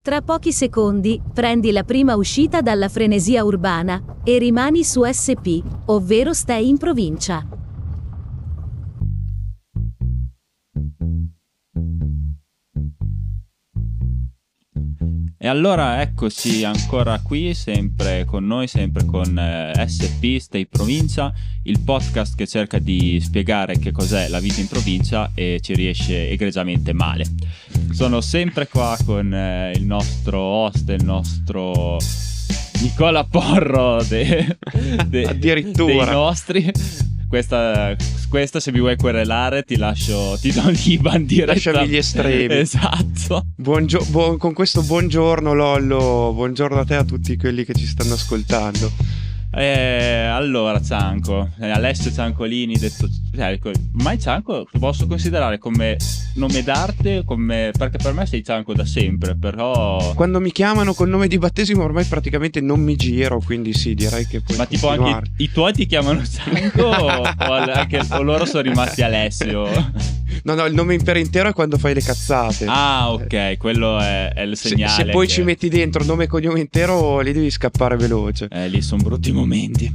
Tra pochi secondi, prendi la prima uscita dalla frenesia urbana e rimani su SP, ovvero stai in provincia. E allora eccoci ancora qui, sempre con noi, sempre con SP, Stay Provincia, il podcast che cerca di spiegare che cos'è la vita in provincia e ci riesce egregiamente male. Sono sempre qua con il nostro host, il nostro Nicola Porro Addirittura dei nostri. Questa se mi vuoi querelare ti do l'IBAN direttamente. Lasciami gli estremi. Esatto. Con questo buongiorno Lollo, buongiorno a te e a tutti quelli che ci stanno ascoltando. Allora Cianco, Alessio Ciancolini, detto ormai Cianco lo posso considerare come nome d'arte, perché per me sei Cianco da sempre, però quando mi chiamano col nome di battesimo ormai praticamente non mi giro, quindi sì, direi che puoi. Ma tipo continuare. Anche i tuoi ti chiamano Cianco o loro sono rimasti Alessio? No, il nome per intero è quando fai le cazzate. Ah, ok, quello è il segnale. Se poi ci metti dentro nome e cognome intero, lì devi scappare veloce. Lì sono brutti momenti.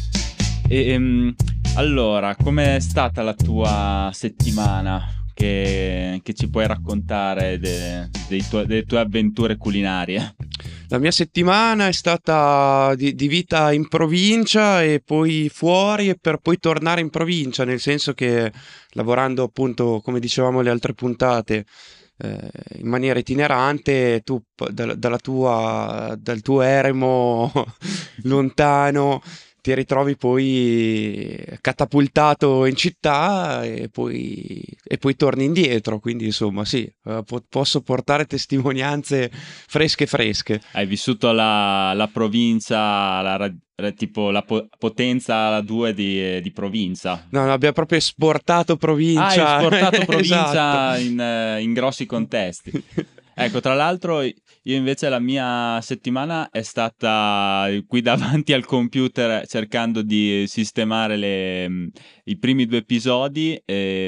Allora, com'è stata la tua settimana? Che ci puoi raccontare delle tue avventure culinarie? La mia settimana è stata di vita in provincia e poi fuori, e per poi tornare in provincia, nel senso che lavorando appunto, come dicevamo le altre puntate, in maniera itinerante, tu dal tuo eremo lontano ti ritrovi poi catapultato in città e poi torni indietro, quindi insomma sì, posso portare testimonianze fresche. Hai vissuto la provincia, tipo la potenza la 2 di provincia. No, abbiamo proprio esportato provincia. Hai esportato provincia esatto. in grossi contesti. Ecco, tra l'altro io invece la mia settimana è stata qui davanti al computer cercando di sistemare i primi 2 episodi.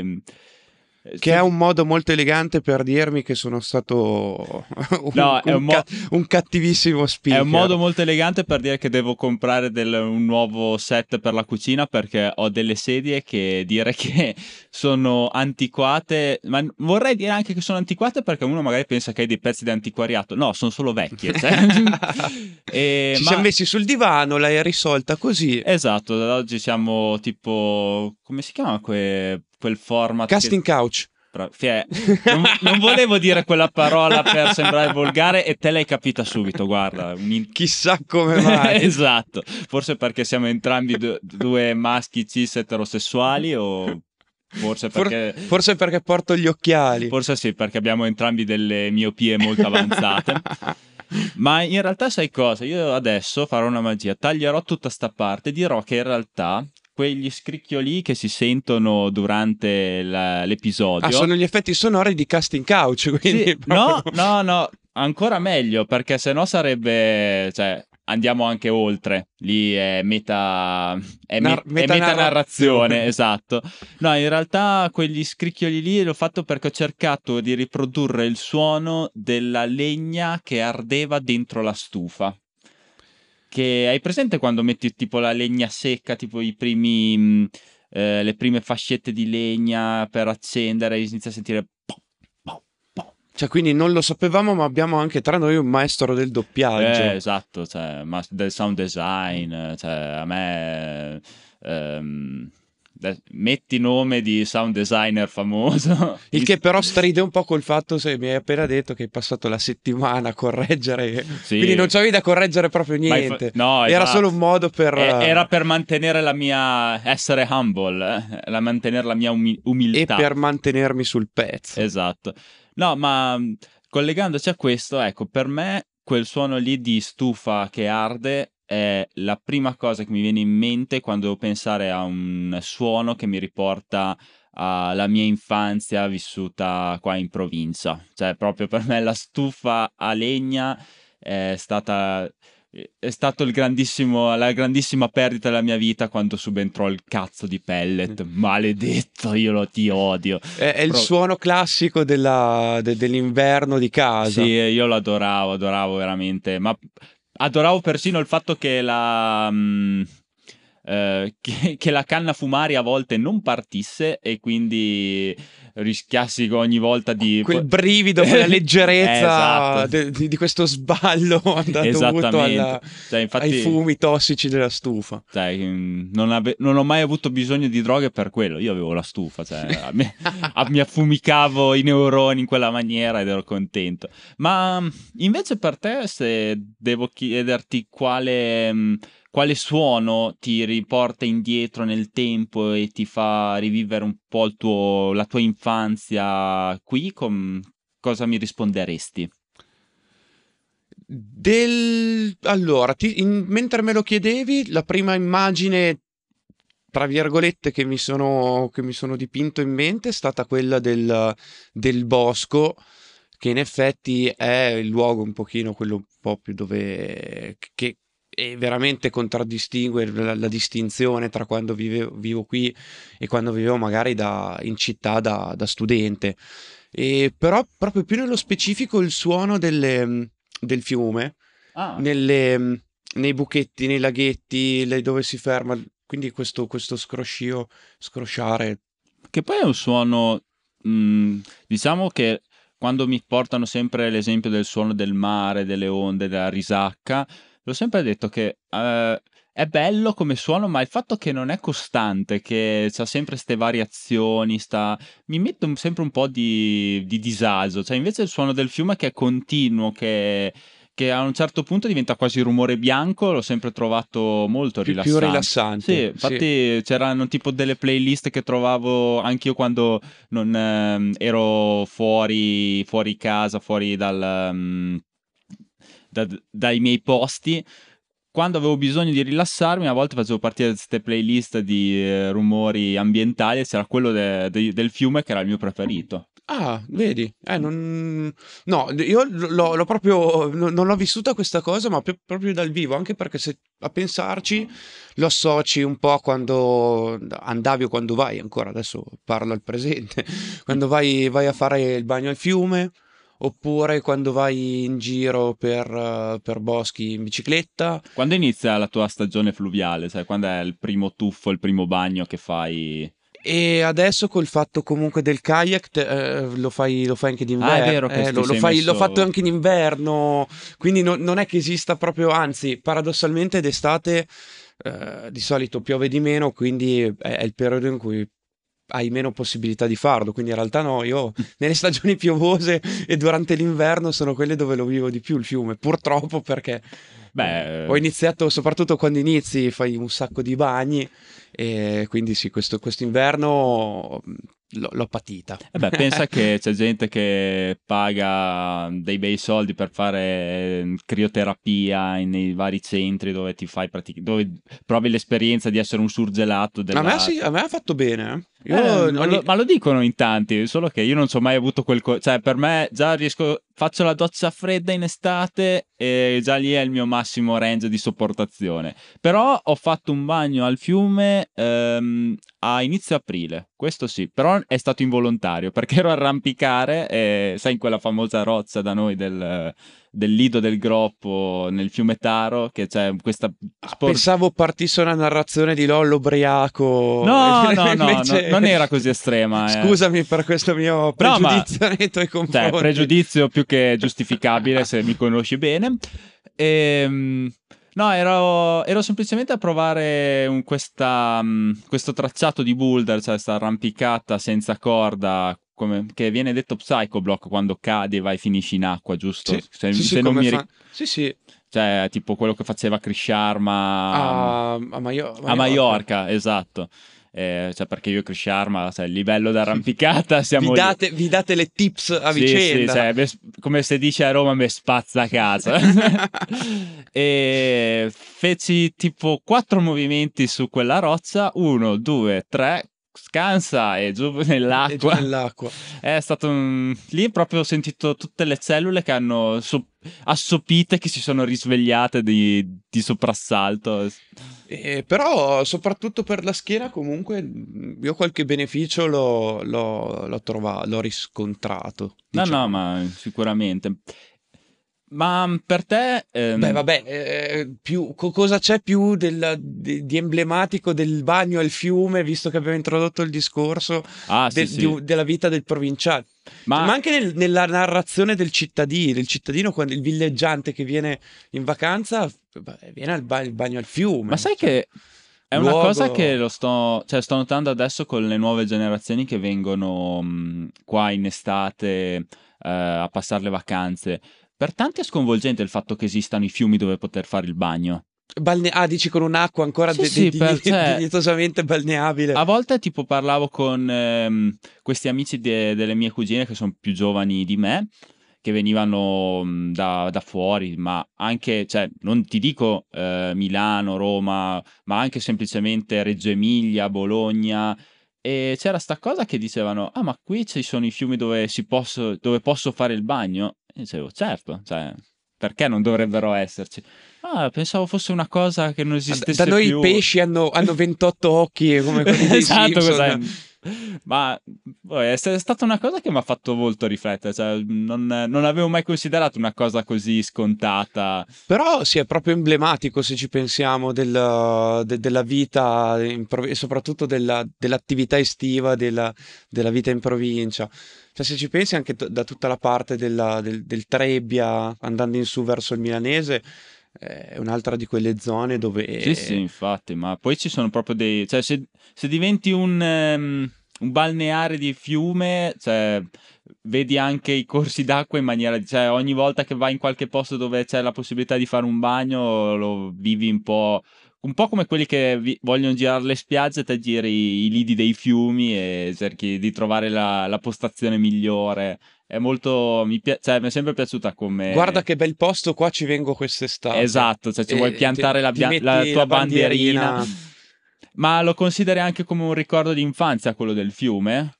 Che è un modo molto elegante per dirmi che sono stato un cattivissimo speaker. È un modo molto elegante per dire che devo comprare un nuovo set per la cucina, perché ho delle sedie che dire che sono antiquate, ma vorrei dire anche che sono antiquate perché uno magari pensa che hai dei pezzi di antiquariato. No, sono solo vecchie. Ci siamo messi sul divano, l'hai risolta così. Esatto, oggi siamo tipo, come si chiama quel format? Casting couch. Non volevo dire quella parola per sembrare volgare e te l'hai capita subito, guarda. Chissà come mai. Esatto, forse perché siamo entrambi due maschi cis eterosessuali, o forse perché porto gli occhiali. Forse sì, perché abbiamo entrambi delle miopie molto avanzate. Ma in realtà sai cosa? Io adesso farò una magia, taglierò tutta sta parte e dirò che in realtà quegli scricchioli che si sentono durante l'episodio sono gli effetti sonori di Casting Couch, quindi sì, no, ancora meglio, perché sennò sarebbe, cioè, andiamo anche oltre, lì è metanarrazione, esatto. No, in realtà quegli scricchioli lì l'ho fatto perché ho cercato di riprodurre il suono della legna che ardeva dentro la stufa. Che hai presente quando metti tipo la legna secca, tipo le prime fascette di legna per accendere e inizia a sentire Cioè, quindi non lo sapevamo, ma abbiamo anche tra noi un maestro del doppiaggio. Esatto, cioè, del sound design, cioè a me metti nome di sound designer famoso. Il che però stride un po' col fatto, se mi hai appena detto che hai passato la settimana a correggere, sì. Quindi non c'avevi da correggere proprio niente. No, era solo un modo per era per mantenere la mia essere humble, mantenere la mia umiltà e per mantenermi sul pezzo. Esatto. No, ma collegandoci a questo, ecco, per me quel suono lì di stufa che arde è la prima cosa che mi viene in mente quando devo pensare a un suono che mi riporta alla mia infanzia vissuta qua in provincia. Cioè, proprio per me la stufa a legna è stata è stato la grandissima perdita della mia vita quando subentrò il cazzo di pellet. Maledetto, ti odio. È il suono classico dell'inverno di casa. Sì, io lo adoravo veramente, ma adoravo persino il fatto che che la canna fumaria a volte non partisse e quindi rischiassi ogni volta di... Quel brivido, quella leggerezza Esatto. di questo sballo dovuto Cioè, infatti, ai fumi tossici della stufa. Cioè, non ho mai avuto bisogno di droghe per quello. Io avevo la stufa, cioè, mi affumicavo i neuroni in quella maniera ed ero contento. Ma invece per te, se devo chiederti quale suono ti riporta indietro nel tempo e ti fa rivivere un po' la tua infanzia qui, cosa mi risponderesti? Allora, mentre me lo chiedevi, la prima immagine, tra virgolette, che mi sono dipinto in mente è stata quella del bosco, che in effetti è il luogo un pochino quello un po' più dove... che veramente contraddistingue la distinzione tra quando vivo qui e quando vivevo magari in città da studente. Però proprio più nello specifico il suono del fiume, nei buchetti, nei laghetti, dove si ferma, quindi questo scrosciare. Che poi è un suono, diciamo che quando mi portano sempre l'esempio del suono del mare, delle onde, della risacca, l'ho sempre detto che è bello come suono, ma il fatto che non è costante, che c'ha sempre queste variazioni, mi mette sempre un po' di disagio. Cioè, invece il suono del fiume che è continuo, che a un certo punto diventa quasi rumore bianco, l'ho sempre trovato molto rilassante. Più rilassante. Sì, infatti c'erano tipo delle playlist che trovavo anch'io quando non ero fuori casa, fuori dai miei posti. Quando avevo bisogno di rilassarmi, a volte facevo partire queste playlist di rumori ambientali e c'era quello del fiume che era il mio preferito. Ah, vedi? No, io l'ho proprio... non l'ho vissuta questa cosa, ma proprio dal vivo, anche perché se a pensarci lo associ un po' a quando andavi o quando vai, ancora adesso parlo al presente, quando vai a fare il bagno al fiume, oppure quando vai in giro per boschi in bicicletta. Quando inizia la tua stagione fluviale? Cioè, quando è il primo tuffo, il primo bagno che fai? E adesso col fatto comunque del kayak lo fai anche d'inverno. Ah, è vero che l'ho fatto anche in inverno, quindi non è che esista proprio, anzi, paradossalmente d'estate di solito piove di meno, quindi è il periodo in cui hai meno possibilità di farlo, quindi in realtà no, io nelle stagioni piovose e durante l'inverno sono quelle dove lo vivo di più il fiume, purtroppo, perché ho iniziato, soprattutto quando inizi fai un sacco di bagni e quindi sì, quest'inverno l'ho patita. Pensa che c'è gente che paga dei bei soldi per fare crioterapia nei vari centri dove ti fai dove provi l'esperienza di essere un surgelato A me ha fatto bene. Ma lo dicono in tanti, solo che io non so mai avuto cioè per me già faccio la doccia fredda in estate e già lì è il mio massimo range di sopportazione. Però ho fatto un bagno al fiume a inizio aprile, questo sì, però è stato involontario perché ero a arrampicare e sai, in quella famosa roccia da noi del Lido del Groppo nel fiume Taro, che c'è questa pensavo partisse una narrazione di Lollo ubriaco. No, non era così estrema. Scusami per questo mio pregiudizio nei tuoi confronti. Cioè, pregiudizio più che giustificabile se mi conosci bene. No, ero semplicemente a provare questo tracciato di boulder, cioè questa arrampicata senza corda, che viene detto psychoblock quando cadi e vai finisci in acqua, giusto? Sì, non mi sì. Cioè, tipo quello che faceva Chris Sharma a Maiorca, esatto. Cioè, perché io e Chris Sharma, cioè, il livello d'arrampicata siamo vi date le tips a vicenda. Sì, cioè, come se dice a Roma, me spazza a casa. E feci tipo 4 movimenti su quella roccia, 1, 2, 3, scansa e giù E giù nell'acqua. nell'acqua. È stato lì proprio ho sentito tutte le cellule che hanno assopite, che si sono risvegliate di soprassalto. Però soprattutto per la schiena comunque io qualche beneficio l'ho trovato, l'ho riscontrato, No, no, diciamo. ma sicuramente. Ma per te... Beh, vabbè, cosa c'è più di emblematico del bagno al fiume, visto che abbiamo introdotto il discorso Ah, sì, sì. della vita del provinciale? Cioè, Ma ma anche nella narrazione del cittadino, quando il villeggiante che viene in vacanza, beh, viene il bagno al Ma fiume, sai cioè, che è una cosa che luogo... cioè, sto notando adesso con le nuove generazioni che vengono qua in estate a passare le vacanze. Per tanti è sconvolgente il fatto che esistano i fiumi dove poter fare il bagno. Dici con un'acqua ancora Sì, sì, cioè, dignitosamente balneabile. a volte tipo parlavo con questi amici delle mie cugine che sono più giovani di me, che venivano da fuori, ma anche, cioè, non ti dico Milano, Roma, ma anche semplicemente Reggio Emilia, Bologna. E c'era sta cosa che dicevano, ah, ma qui ci sono i fiumi dove posso fare il bagno? E dicevo, certo, cioè, perché non dovrebbero esserci? Ah, pensavo fosse una cosa che non Da esistesse noi i più. pesci hanno 28 occhi come quelli dei Esatto, cos'è? Simpson. Ma poi è stata una cosa che mi ha fatto molto riflettere, cioè, non avevo mai considerato una cosa così scontata. Però sì, è proprio emblematico se ci pensiamo della vita e soprattutto dell'attività estiva della vita in provincia. Cioè, se ci pensi anche da tutta la parte del Trebbia, andando in su verso il Milanese, è un'altra di quelle zone Sì, sì, dove infatti, ma poi ci sono proprio dei... Cioè, se diventi un balneare di fiume, cioè, vedi anche i corsi d'acqua in maniera... Cioè, ogni volta che vai in qualche posto dove c'è la possibilità di fare un bagno, lo vivi un po' come quelli che vogliono girare le spiagge, te giri i lidi dei fiumi e cerchi di trovare la postazione migliore. È molto... cioè, mi è sempre piaciuta guarda come... che bel posto qua ci vengo quest'estate. Esatto, cioè ci vuoi E piantare ti la metti tua la bandierina, bandierina. ma lo consideri anche come un ricordo di infanzia quello del fiume?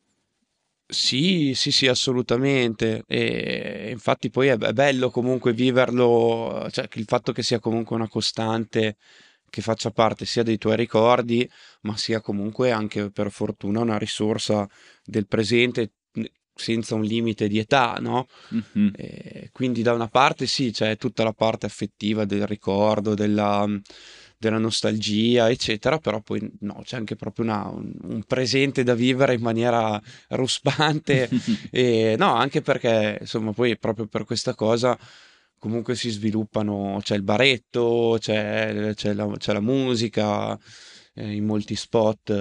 Sì, sì, sì, assolutamente. E infatti poi è bello comunque viverlo, cioè che il fatto che sia comunque una costante che faccia parte sia dei tuoi ricordi, ma sia comunque anche per fortuna una risorsa del presente senza un limite di età, no? Mhm. Quindi da una parte sì, c'è tutta la parte affettiva del ricordo, della nostalgia, eccetera, però poi no, c'è anche proprio un presente da vivere in maniera ruspante e no, anche perché insomma poi proprio per questa cosa comunque si sviluppano, c'è il baretto, c'è la musica, in molti spot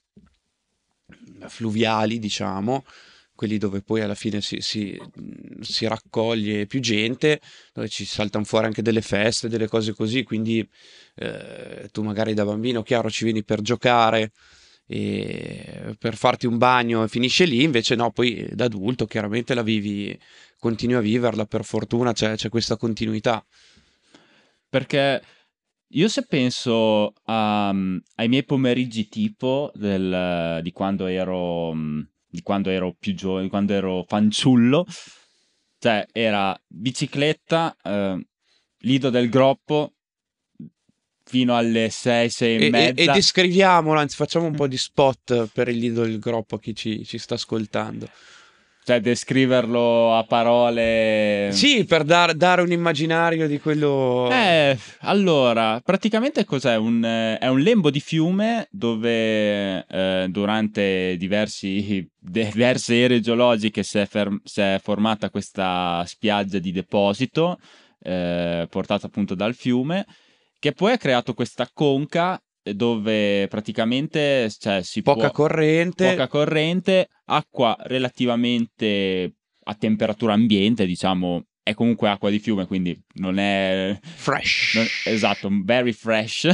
fluviali, diciamo, quelli dove poi alla fine si raccoglie più gente, dove ci saltano fuori anche delle feste, delle cose così, quindi tu magari da bambino, chiaro, ci vieni per giocare e per farti un bagno e finisce lì, invece no, poi da adulto chiaramente la vivi, continui a viverla, per fortuna c'è questa continuità. Perché io se penso ai miei pomeriggi tipo di quando ero più giovane, di quando ero fanciullo, cioè era bicicletta, Lido del Groppo, fino alle 6, 6 e E mezza. descriviamolo, anzi facciamo un po' di spot per il Lido del Groppo a chi ci sta ascoltando. Cioè, descriverlo a parole. Sì, per dare un immaginario di quello... Allora, praticamente cos'è? È un lembo di fiume dove durante diverse ere geologiche si è formata questa spiaggia di deposito portata appunto dal fiume, che poi ha creato questa conca dove praticamente cioè, Poca poca corrente, corrente, acqua relativamente a temperatura ambiente, diciamo, è comunque acqua di fiume, quindi non è fresh. esatto, very fresh.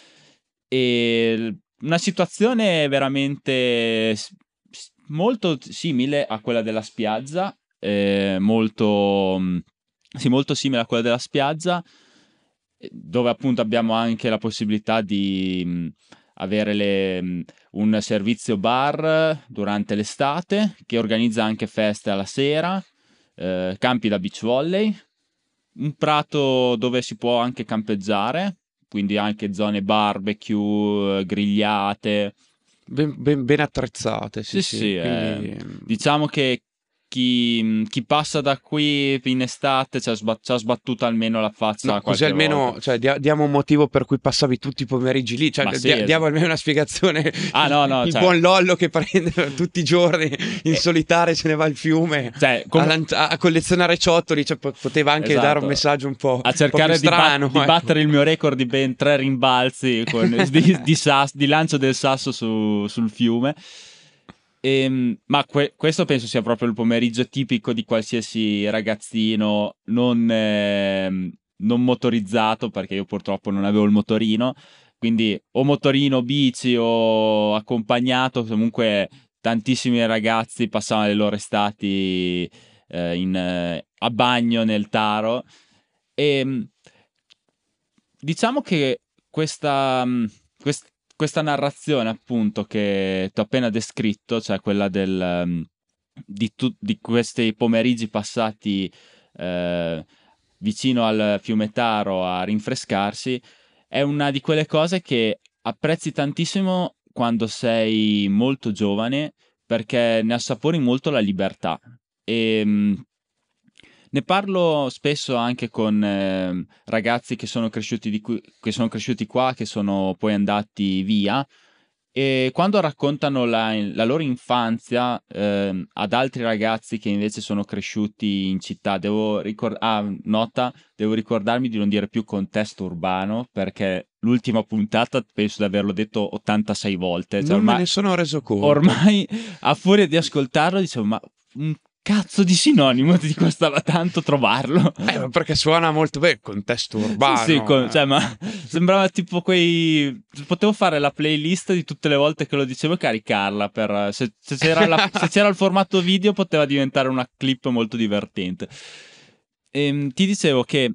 E una situazione veramente molto simile a quella della spiaggia, sì, molto simile a quella della spiaggia, dove appunto abbiamo anche la possibilità di avere un servizio bar durante l'estate, che organizza anche feste alla sera, campi da beach volley, un prato dove si può anche campeggiare, quindi anche zone barbecue, grigliate. Ben attrezzate, sì, Sì, quindi... diciamo che chi passa da qui in estate ci ha sbattuto almeno la faccia No, così qualche almeno, volta. cioè, diamo un motivo per cui passavi tutti i pomeriggi lì, cioè, Ma sì, diamo almeno una spiegazione. no, Il cioè, buon Lollo che prende tutti i giorni in solitaria, se ne va al fiume cioè, a collezionare ciottoli, cioè, poteva anche esatto, dare un messaggio un po', a cercare più strano, di ecco. battere il mio record di ben 3 rimbalzi di lancio del sasso sul fiume. Ma questo penso sia proprio il pomeriggio tipico di qualsiasi ragazzino non motorizzato, perché io purtroppo non avevo il motorino, quindi o motorino, bici o accompagnato. Comunque tantissimi ragazzi passavano le loro estati a bagno nel Taro, e diciamo che questa narrazione, appunto, che ti ho appena descritto, cioè quella di questi pomeriggi passati vicino al fiume Taro a rinfrescarsi, è una di quelle cose che apprezzi tantissimo quando sei molto giovane, perché ne assapori molto la libertà. E ne parlo spesso anche con ragazzi che sono cresciuti che sono cresciuti qua, che sono poi andati via, e quando raccontano la loro infanzia ad altri ragazzi che invece sono cresciuti in città, devo ricordarmi di non dire più contesto urbano, perché l'ultima puntata penso di averlo detto 86 volte. Cioè, Non me ne sono reso conto. Ormai, a furia di ascoltarlo, dicevo, ma un cazzo di sinonimo ti costava tanto trovarlo. Perché suona molto bene, contesto urbano. Sì, cioè, ma sembrava tipo potevo fare la playlist di tutte le volte che lo dicevo e caricarla se c'era il formato video, poteva diventare una clip molto divertente. Ti dicevo che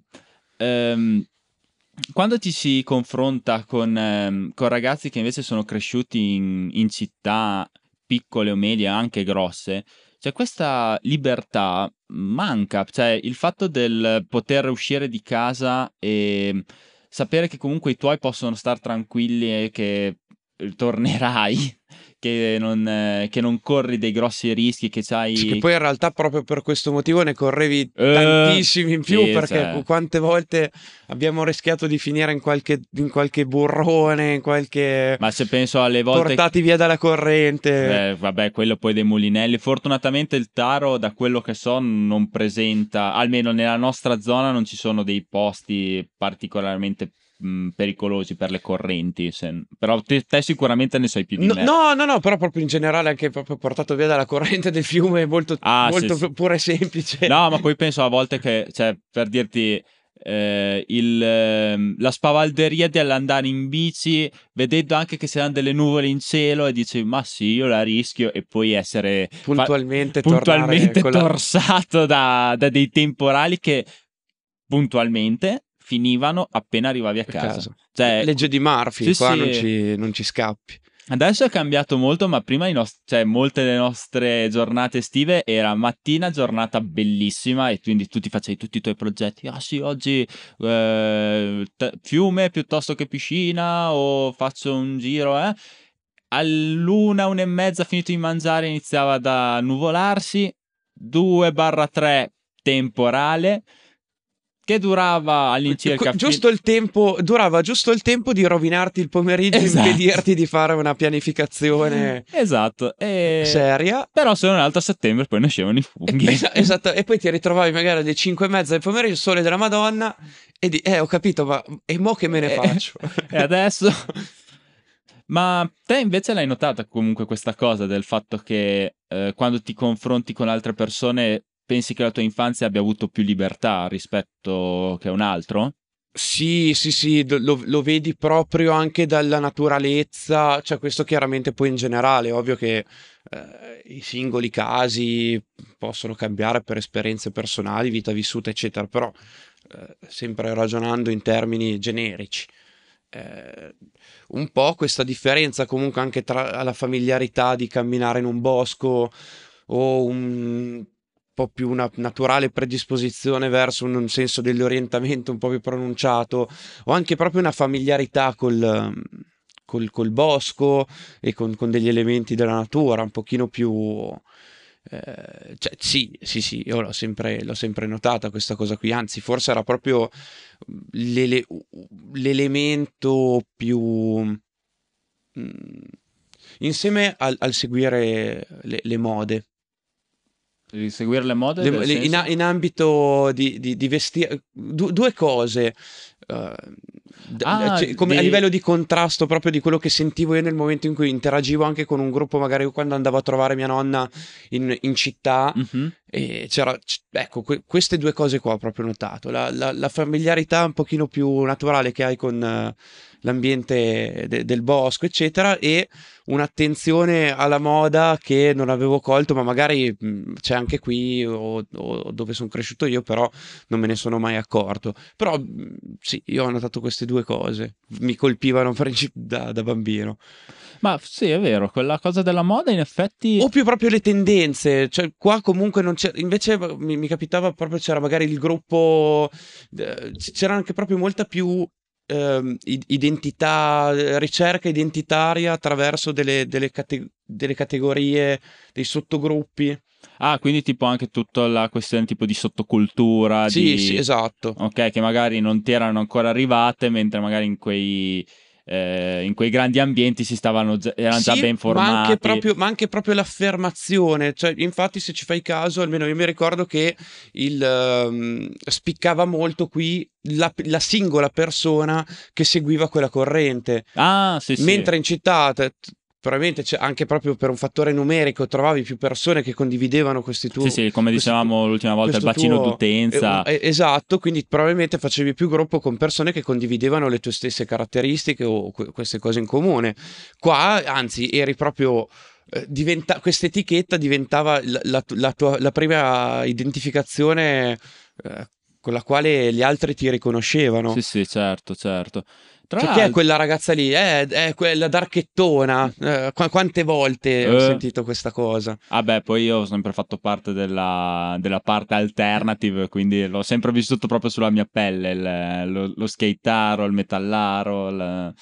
quando ci si confronta con ragazzi che invece sono cresciuti in città piccole o medie, anche grosse, cioè questa libertà manca, cioè il fatto del poter uscire di casa e sapere che comunque i tuoi possono star tranquilli e che tornerai, che non corri dei grossi rischi, che c'hai... Sì, che poi in realtà proprio per questo motivo ne correvi tantissimi in più, sì, perché cioè... quante volte abbiamo rischiato di finire in qualche burrone, in qualche... Ma se penso alle volte... portati via dalla corrente. Vabbè, quello poi dei mulinelli. Fortunatamente il Taro, da quello che so, non presenta, almeno nella nostra zona, non ci sono dei posti particolarmente pericolosi per le correnti. Però te sicuramente ne sai più di me. No, però proprio in generale anche proprio portato via dalla corrente del fiume è molto sì. pure semplice. No, ma poi penso a volte che, cioè, per dirti... la spavalderia di andare in bici vedendo anche che c'erano delle nuvole in cielo e dici ma sì, io la rischio, e poi essere puntualmente torsato da dei temporali che puntualmente finivano appena arrivavi a casa. Cioè, legge di Murphy, sì, qua sì. Non ci scappi. Adesso è cambiato molto, ma prima cioè, molte delle nostre giornate estive era mattina, giornata bellissima, e quindi tu ti facevi tutti i tuoi progetti. Ah sì, oggi fiume piuttosto che piscina, o faccio un giro, All'1, 1:30 finito di mangiare iniziava ad annuvolarsi, 2/3 temporale, che durava all'incirca durava giusto il tempo di rovinarti il pomeriggio, esatto. Impedirti di fare una pianificazione esatto, seria. Però se non altro a settembre poi nascevano i funghi. Esatto, e poi ti ritrovavi magari alle 5:30 del pomeriggio, sole della Madonna, e ho capito, ma e mo che me ne faccio? E adesso? Ma te invece l'hai notata comunque questa cosa del fatto che quando ti confronti con altre persone pensi che la tua infanzia abbia avuto più libertà rispetto che un altro? Sì, lo vedi proprio anche dalla naturalezza, cioè questo chiaramente poi in generale, ovvio che i singoli casi possono cambiare per esperienze personali, vita vissuta, eccetera, però sempre ragionando in termini generici. un po' questa differenza comunque anche tra la familiarità di camminare in un bosco o un po' più una naturale predisposizione verso un senso dell'orientamento un po' più pronunciato, o anche proprio una familiarità col bosco e con degli elementi della natura un pochino più... cioè, sì, io l'ho sempre notata questa cosa qui, anzi forse era proprio l'elemento più insieme al seguire le mode. Seguire le mode nel senso? In ambito di vestire, due cose. Come a livello di contrasto proprio di quello che sentivo io nel momento in cui interagivo anche con un gruppo, magari quando andavo a trovare mia nonna in città, e c'era, ecco, queste due cose qua ho proprio notato, la familiarità un pochino più naturale che hai con l'ambiente del bosco, eccetera, e un'attenzione alla moda che non avevo colto, ma magari c'è anche qui o dove sono cresciuto io, però non me ne sono mai accorto. Però sì, io ho notato queste due cose, mi colpivano da bambino. Ma sì, è vero, quella cosa della moda in effetti... O più proprio le tendenze, cioè qua comunque non c'è, invece mi capitava proprio, c'era magari il gruppo, c'era anche proprio molta più identità, ricerca identitaria attraverso delle categorie, dei sottogruppi. Ah, quindi tipo anche tutta la questione tipo di sottocultura, Sì, esatto. Ok, che magari non ti erano ancora arrivate, mentre magari in quei grandi ambienti erano già ben formati. Ma anche proprio l'affermazione, cioè, infatti se ci fai caso, almeno io mi ricordo che spiccava molto qui la singola persona che seguiva quella corrente. Ah, sì, Mentre sì. in città probabilmente c'è anche proprio per un fattore numerico trovavi più persone che condividevano questi tuoi... Sì, come dicevamo l'ultima volta, il bacino d'utenza. Esatto, quindi probabilmente facevi più gruppo con persone che condividevano le tue stesse caratteristiche o queste cose in comune. Qua, anzi, eri proprio... questa etichetta diventava la prima identificazione con la quale gli altri ti riconoscevano. Sì, certo. Tra Cioè, chi è l'altro... quella ragazza lì? È quella darchettona. Quante volte ho sentito questa cosa? Vabbè, poi io ho sempre fatto parte della parte alternative, quindi l'ho sempre vissuto proprio sulla mia pelle, lo skatearo, il metallaro.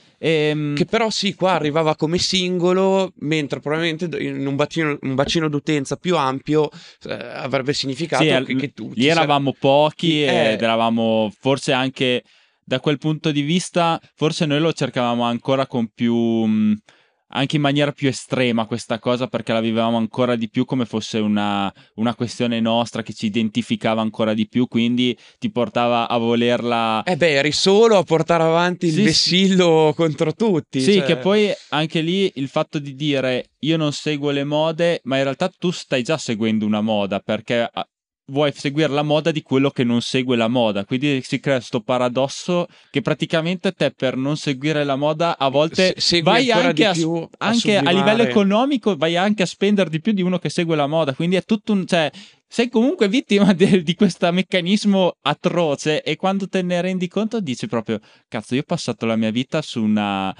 Che però sì, qua arrivava come singolo, mentre probabilmente in un bacino d'utenza più ampio avrebbe significato sì, che tutti... lì eravamo pochi ed Eh, eravamo forse anche... Da quel punto di vista, forse noi lo cercavamo ancora con più, anche in maniera più estrema questa cosa, perché la vivevamo ancora di più come fosse una questione nostra che ci identificava ancora di più, quindi ti portava a volerla... eri solo a portare avanti il Sì, vessillo contro tutti. sì, Cioè... che poi anche lì il fatto di dire io non seguo le mode, ma in realtà tu stai già seguendo una moda, perché vuoi seguire la moda di quello che non segue la moda, quindi si crea questo paradosso che praticamente te per non seguire la moda a volte segui vai ancora anche, di più anche a livello economico, vai anche a spendere di più di uno che segue la moda, quindi è tutto un... cioè, sei comunque vittima di questo meccanismo atroce e quando te ne rendi conto dici proprio cazzo, io ho passato la mia vita su una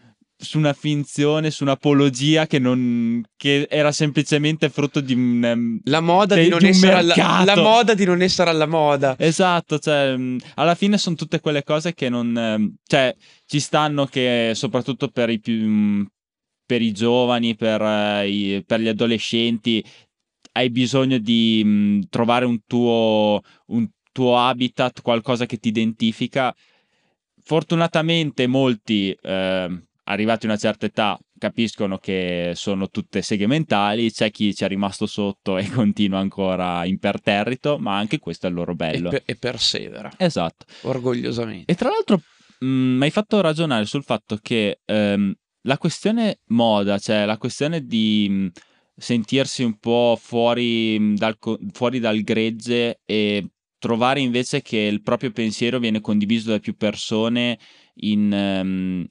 finzione, su un'apologia che era semplicemente frutto di la moda di non un essere mercato. la moda di non essere alla moda. Esatto, cioè alla fine sono tutte quelle cose che non cioè ci stanno, che soprattutto per i più per i giovani, per gli adolescenti hai bisogno di trovare un tuo habitat, qualcosa che ti identifica. Fortunatamente molti arrivati a una certa età capiscono che sono tutte seghe mentali, c'è chi ci è rimasto sotto e continua ancora imperterrito, ma anche questo è il loro bello. E persevera. Esatto. Orgogliosamente. E tra l'altro mi hai fatto ragionare sul fatto che la questione moda, cioè la questione di sentirsi un po' fuori dal gregge e trovare invece che il proprio pensiero viene condiviso da più persone in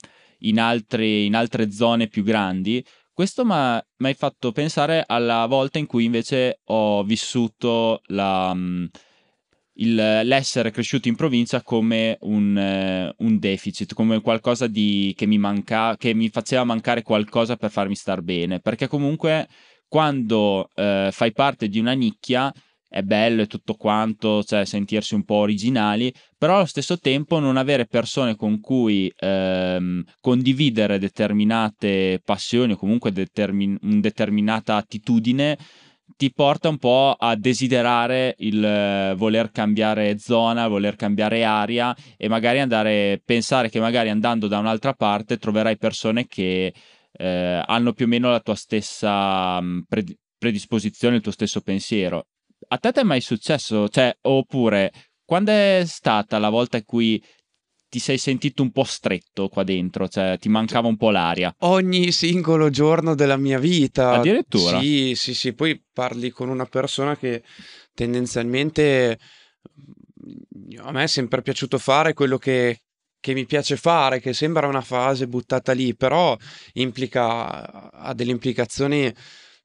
altre zone più grandi. Questo mi hai fatto pensare alla volta in cui invece ho vissuto l'essere cresciuto in provincia come un deficit, come qualcosa che mi faceva mancare qualcosa per farmi star bene, perché comunque quando fai parte di una nicchia è bello e tutto quanto, cioè sentirsi un po' originali, però allo stesso tempo non avere persone con cui condividere determinate passioni o comunque una determinata attitudine ti porta un po' a desiderare il voler cambiare zona, voler cambiare aria e magari pensare che magari andando da un'altra parte troverai persone che hanno più o meno la tua stessa predisposizione, il tuo stesso pensiero. A te è mai successo? Cioè, oppure, quando è stata la volta in cui ti sei sentito un po' stretto qua dentro? Cioè, ti mancava un po' l'aria? Ogni singolo giorno della mia vita. Addirittura? Sì. Poi parli con una persona che tendenzialmente a me è sempre piaciuto fare quello che mi piace fare, che sembra una frase buttata lì, però ha delle implicazioni.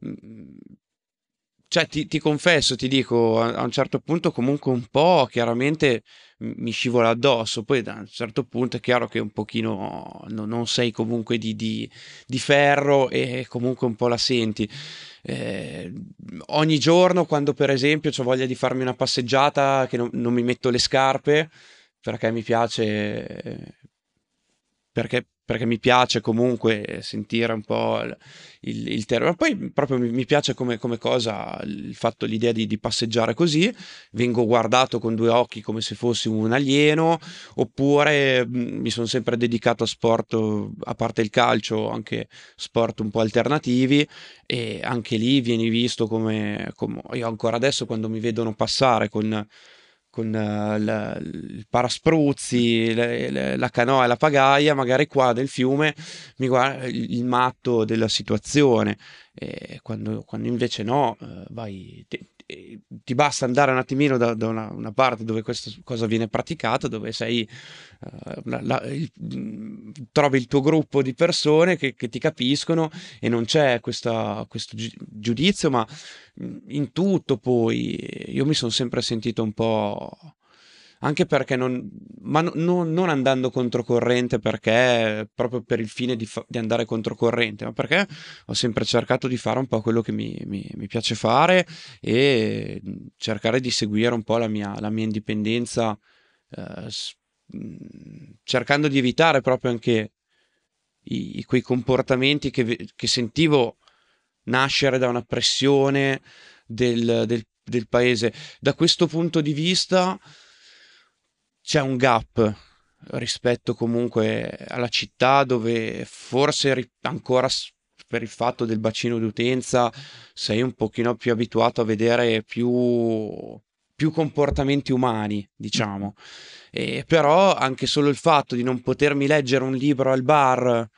Cioè, ti confesso, ti dico, a un certo punto comunque un po' chiaramente mi scivola addosso, poi da un certo punto è chiaro che un pochino non sei comunque di ferro e comunque un po' la senti. Ogni giorno quando per esempio ho voglia di farmi una passeggiata che non mi metto le scarpe perché mi piace... Perché mi piace comunque sentire un po' il terreno. Poi proprio mi piace come cosa l'idea di passeggiare così. Vengo guardato con due occhi come se fossi un alieno, oppure mi sono sempre dedicato a sport, a parte il calcio, anche sport un po' alternativi, e anche lì vieni visto come io ancora adesso quando mi vedono passare con il paraspruzzi, la canoa e la pagaia, magari qua nel fiume mi guarda il matto della situazione, e quando invece no, vai, ti basta andare un attimino da una parte dove questa cosa viene praticata, dove sei trovi il tuo gruppo di persone che ti capiscono e non c'è questo giudizio, ma in tutto. Poi io mi sono sempre sentito un po', anche perché non andando controcorrente, perché proprio per il fine di andare controcorrente, ma perché ho sempre cercato di fare un po' quello che mi piace fare e cercare di seguire un po' la mia indipendenza, cercando di evitare proprio anche quei comportamenti che sentivo nascere da una pressione del paese. Da questo punto di vista c'è un gap rispetto comunque alla città, dove forse ancora per il fatto del bacino d'utenza sei un pochino più abituato a vedere più comportamenti umani, diciamo. Però anche solo il fatto di non potermi leggere un libro al bar,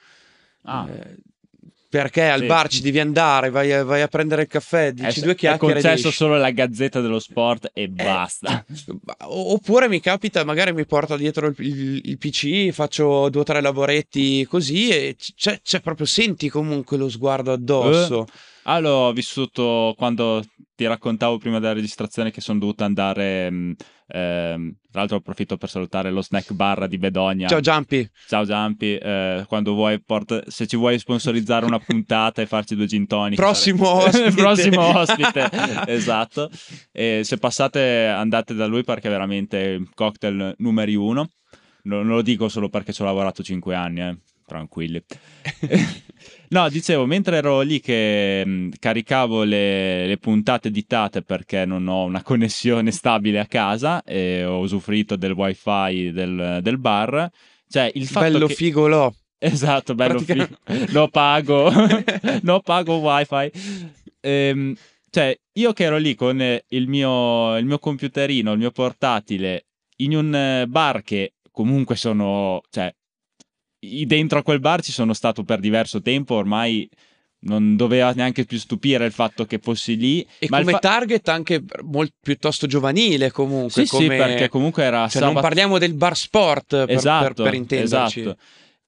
perché al bar ci devi andare, vai a prendere il caffè, dici due chiacchiere, è concesso solo la Gazzetta dello Sport e basta. Oppure mi capita, magari mi porto dietro il PC, faccio 2 o 3 lavoretti così e c'è proprio, senti comunque lo sguardo addosso. Allora, ho vissuto, quando ti raccontavo prima della registrazione che sono dovuto andare, tra l'altro approfitto per salutare lo snack bar di Bedonia. Ciao Giampi. Ciao Giampi, quando vuoi se ci vuoi sponsorizzare una puntata e farci 2 gin tonic. Prossimo ospite. Prossimo ospite, esatto. E se passate andate da lui perché è veramente il cocktail numero 1. Non lo dico solo perché ci ho lavorato 5 anni, tranquilli. No, dicevo, mentre ero lì che caricavo le puntate editate perché non ho una connessione stabile a casa e ho usufruito del wifi del bar, cioè il fatto bello figo lo. Esatto, bello figo. Lo pago wifi. Cioè, io che ero lì con il mio computerino, il mio portatile, in un bar che comunque cioè, dentro a quel bar ci sono stato per diverso tempo, ormai non doveva neanche più stupire il fatto che fossi lì. E ma come target anche piuttosto giovanile comunque. Sì, perché comunque era cioè, non parliamo del bar sport, esatto, per intenderci. Esatto.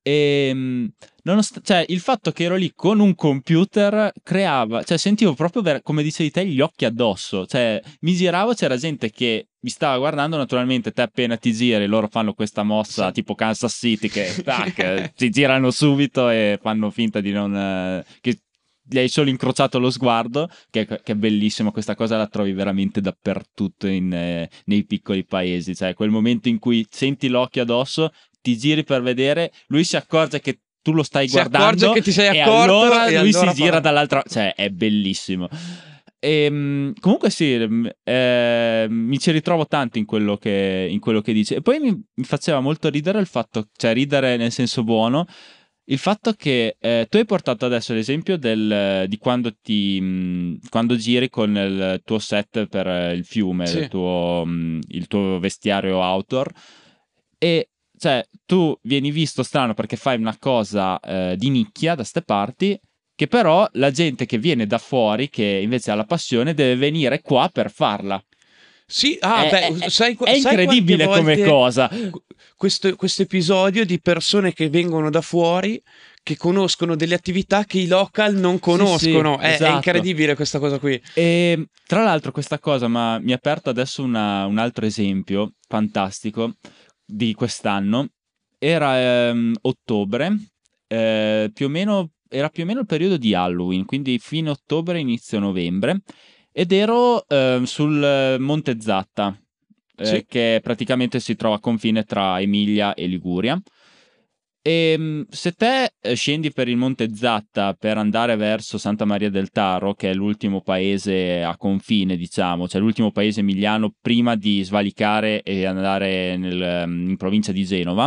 E cioè, il fatto che ero lì con un computer creava, cioè sentivo proprio come dicevi te gli occhi addosso, cioè mi giravo, c'era gente che mi stava guardando, naturalmente te appena ti giri loro fanno questa mossa tipo Kansas City che tac, ti girano subito e fanno finta di non che gli hai solo incrociato lo sguardo, che è bellissimo, questa cosa la trovi veramente dappertutto nei piccoli paesi, cioè quel momento in cui senti l'occhio addosso, ti giri per vedere, lui si accorge che tu lo stai guardando, si accorge che ti sei e accorto allora e lui allora si gira dall'altra, cioè è bellissimo. Comunque sì, mi ci ritrovo tanto in quello che dice, e poi mi faceva molto ridere il fatto, cioè ridere nel senso buono, il fatto che tu hai portato adesso l'esempio di quando quando giri con il tuo set per il fiume, Sì. il tuo vestiario outdoor, e cioè tu vieni visto strano perché fai una cosa di nicchia da ste parti, che però la gente che viene da fuori, che invece ha la passione, deve venire qua per farla. Sì, È incredibile come cosa. Questo episodio di persone che vengono da fuori, che conoscono delle attività che i local non conoscono. Sì, esatto. È incredibile questa cosa qui. E tra l'altro questa cosa mi ha aperto adesso un altro esempio fantastico di quest'anno. Era ottobre, più o meno era più o meno il periodo di Halloween, quindi fine ottobre, inizio novembre, ed ero sul Monte Zatta, Sì. che praticamente si trova a confine tra Emilia e Liguria. E se te scendi per il Monte Zatta per andare verso Santa Maria del Taro, che è l'ultimo paese a confine, diciamo, cioè l'ultimo paese emiliano prima di svalicare e andare in provincia di Genova,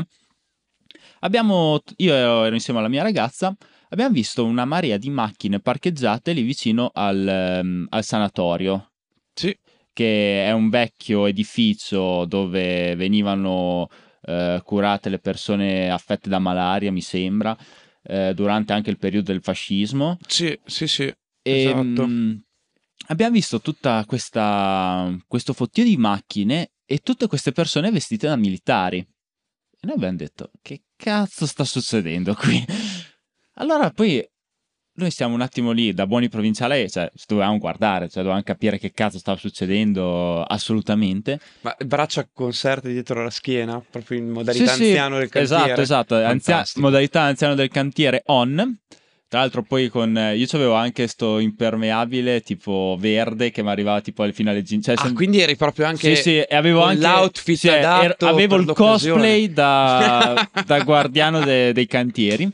io ero insieme alla mia ragazza, abbiamo visto una marea di macchine parcheggiate lì vicino al sanatorio. Sì. Che è un vecchio edificio dove venivano curate le persone affette da malaria, mi sembra, durante anche il periodo del fascismo. Sì, esatto. esatto. Abbiamo visto tutta questo fottio di macchine e tutte queste persone vestite da militari. E noi abbiamo detto, che cazzo sta succedendo qui? Allora poi noi siamo un attimo lì da buoni provinciali, cioè dovevamo guardare, cioè dovevamo capire che cazzo stava succedendo assolutamente. Ma braccia conserte dietro la schiena, proprio in modalità anziano del cantiere. Esatto, modalità anziano del cantiere on. Tra l'altro poi io c'avevo anche sto impermeabile tipo verde che mi arrivava tipo fino alle ginocchia. Cioè, quindi eri proprio anche e avevo con anche l'outfit adatto avevo per il cosplay da guardiano dei cantieri.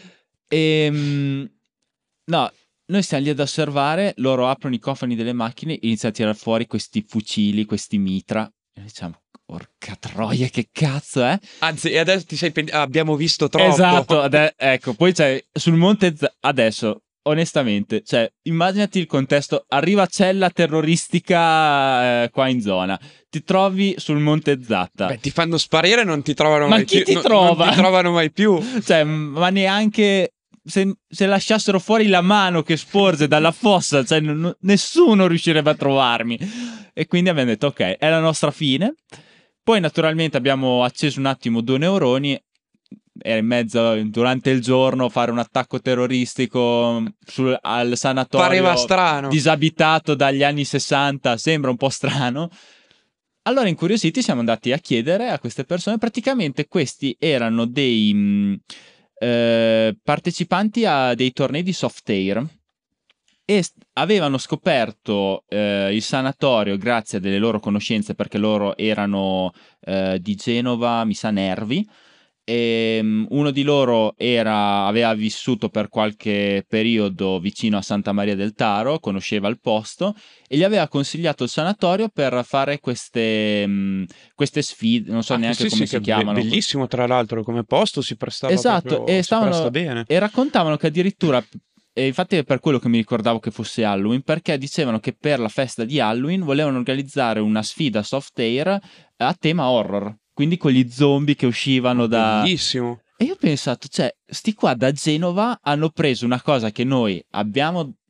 No, noi stiamo lì ad osservare, loro aprono i cofani delle macchine e iniziano a tirare fuori questi fucili, questi mitra. E diciamo, porca troia, che cazzo è? Anzi, e adesso abbiamo visto troppo. Esatto, ecco, poi c'è sul Monte adesso, onestamente, cioè, immaginati il contesto, arriva cella terroristica qua in zona, ti trovi sul Monte Zatta. Beh, ti fanno sparire e non ti trovano ma mai chi più. ti trova? Non ti trovano mai più. Cioè, ma neanche se lasciassero fuori la mano che sporge dalla fossa, cioè nessuno riuscirebbe a trovarmi. E quindi abbiamo detto, ok, è la nostra fine. Poi naturalmente abbiamo acceso un attimo 2 neuroni, era in mezzo durante il giorno fare un attacco terroristico al sanatorio. Pareva strano. Disabitato dagli anni 60, sembra un po' strano. Allora incuriositi siamo andati a chiedere a queste persone, praticamente questi erano dei partecipanti a dei tornei di soft air e avevano scoperto il sanatorio grazie a delle loro conoscenze, perché loro erano di Genova, mi sa Nervi, e uno di loro aveva vissuto per qualche periodo vicino a Santa Maria del Taro, conosceva il posto e gli aveva consigliato il sanatorio per fare queste sfide, non so neanche come si chiamano. Bellissimo, tra l'altro, come posto si prestava esatto, proprio, si presta bene. E raccontavano che addirittura, e infatti è per quello che mi ricordavo che fosse Halloween, perché dicevano che per la festa di Halloween volevano organizzare una sfida soft air a tema horror, quindi con gli zombie che uscivano da... Bellissimo. E io ho pensato, cioè, sti qua da Genova hanno preso una cosa che noi abbiamo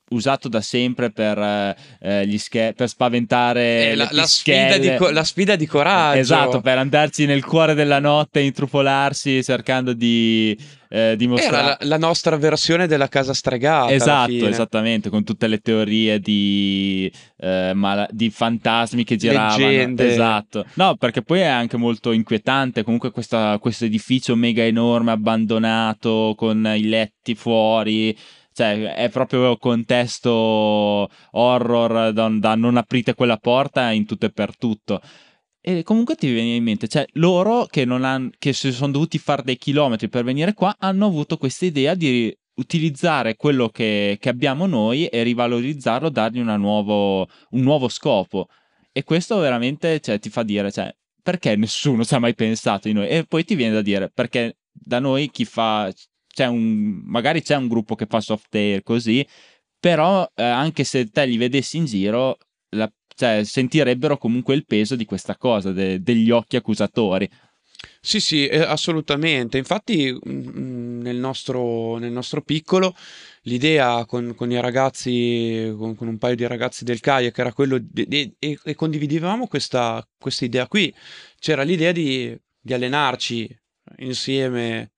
usato da sempre per per spaventare la sfida di coraggio. Esatto, per andarci nel cuore della notte, intrufolarsi cercando di dimostrare. Era la nostra versione della casa stregata. Esatto, esattamente, con tutte le teorie di fantasmi che giravano. Leggende. Esatto. No, perché poi è anche molto inquietante. Comunque questo edificio mega enorme, abbandonato, con i letti fuori. Cioè, è proprio contesto horror da non aprite quella porta in tutto e per tutto. E comunque ti viene in mente, cioè loro che si sono dovuti fare dei chilometri per venire qua, hanno avuto questa idea di utilizzare quello che abbiamo noi e rivalorizzarlo, dargli un nuovo scopo. E questo veramente, cioè, ti fa dire, cioè, perché nessuno ci ha mai pensato di noi? E poi ti viene da dire, perché da noi magari c'è un gruppo che fa soft air così, però anche se te li vedessi in giro, cioè, sentirebbero comunque il peso di questa cosa, degli occhi accusatori. Sì, assolutamente. Infatti, nel nostro piccolo, l'idea con i ragazzi, con un paio di ragazzi del kayak, era quello e condividevamo questa idea qui. C'era l'idea di allenarci insieme,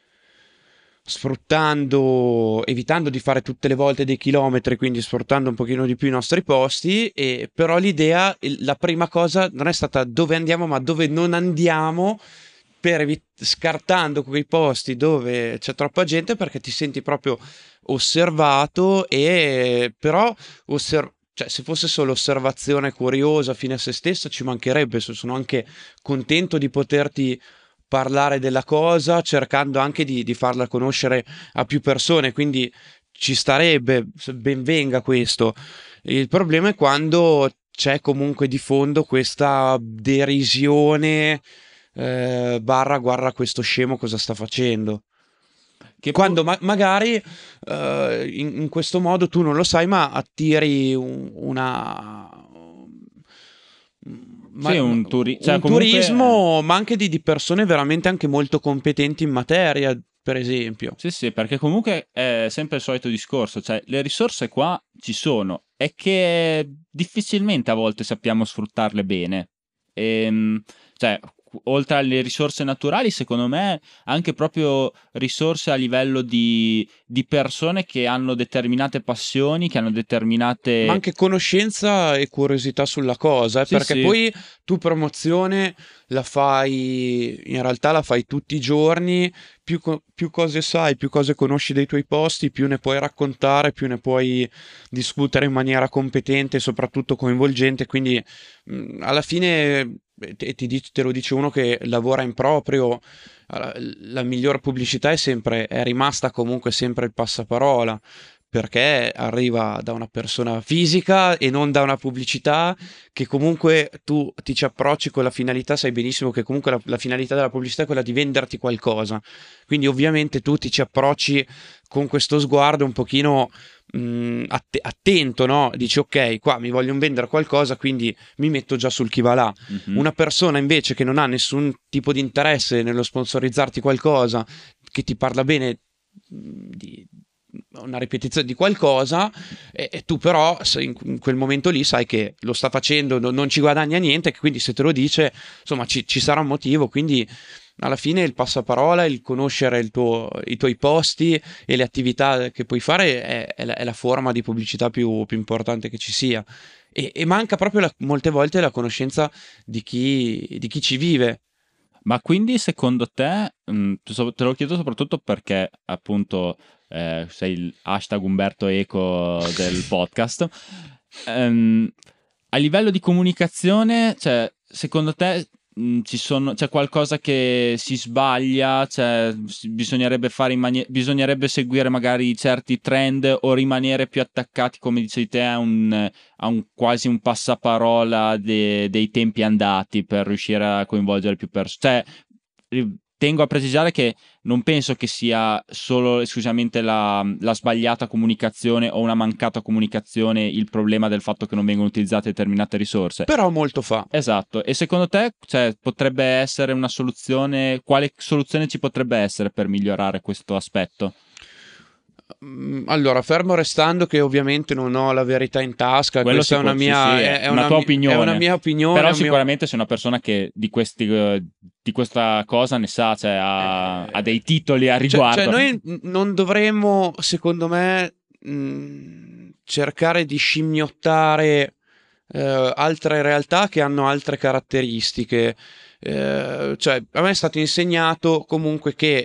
evitando di fare tutte le volte dei chilometri, quindi sfruttando un pochino di più i nostri posti, però l'idea, la prima cosa non è stata dove andiamo, ma dove non andiamo, scartando quei posti dove c'è troppa gente, perché ti senti proprio osservato, però cioè, se fosse solo osservazione curiosa fine a se stesso ci mancherebbe. Sono anche contento di poterti parlare della cosa, cercando anche di farla conoscere a più persone, quindi ci starebbe, ben venga questo. Il problema è quando c'è comunque di fondo questa derisione, guarda questo scemo cosa sta facendo. Che quando magari in questo modo tu non lo sai, ma attiri un turismo, ma anche di persone veramente anche molto competenti in materia, per esempio. Sì, perché comunque è sempre il solito discorso, cioè le risorse qua ci sono, è che difficilmente a volte sappiamo sfruttarle bene. Cioè, oltre alle risorse naturali, secondo me anche proprio risorse a livello di persone che hanno determinate passioni, che hanno determinate... Ma anche conoscenza e curiosità sulla cosa, perché poi tu promozione la fai, in realtà la fai tutti i giorni, più cose sai, più cose conosci dei tuoi posti, più ne puoi raccontare, più ne puoi discutere in maniera competente e soprattutto coinvolgente, quindi alla fine te lo dice uno che lavora in proprio. La miglior pubblicità è rimasta comunque sempre il passaparola, perché arriva da una persona fisica e non da una pubblicità, che comunque tu ti ci approcci con la finalità, sai benissimo che comunque la finalità della pubblicità è quella di venderti qualcosa, quindi ovviamente tu ti ci approcci con questo sguardo un pochino attento, no? Dici ok, qua mi vogliono vendere qualcosa, quindi mi metto già sul chi va là. Mm-hmm. Una persona invece che non ha nessun tipo di interesse nello sponsorizzarti qualcosa, che ti parla bene di una ripetizione di qualcosa, e tu però in quel momento lì sai che lo sta facendo, non ci guadagna niente, quindi se te lo dice, insomma ci sarà un motivo. Quindi alla fine il passaparola, il conoscere i tuoi posti e le attività che puoi fare è la forma di pubblicità più importante che ci sia, e manca proprio molte volte la conoscenza di chi ci vive. Ma quindi secondo te, te lo chiedo soprattutto perché appunto sei il hashtag Umberto Eco del podcast, a livello di comunicazione, cioè, secondo te c'è qualcosa che si sbaglia, cioè, bisognerebbe bisognerebbe seguire magari certi trend o rimanere più attaccati, come dicevi te, a un quasi un passaparola dei tempi andati per riuscire a coinvolgere più persone. Cioè, tengo a precisare che non penso che sia solo esclusivamente la sbagliata comunicazione o una mancata comunicazione il problema del fatto che non vengono utilizzate determinate risorse. Però molto fa. Esatto. E secondo te, cioè, potrebbe essere una soluzione? Quale soluzione ci potrebbe essere per migliorare questo aspetto? Allora, fermo restando che ovviamente non ho la verità in tasca, Quello questa è una mia, sì, è una tua opinione. È una mia opinione. Però è un mio- sicuramente sei una persona che di questa cosa ne sa, cioè ha dei titoli a Cioè, riguardo. noi non dovremmo, secondo me, cercare di scimmiottare altre realtà che hanno altre caratteristiche. Cioè, a me è stato insegnato comunque che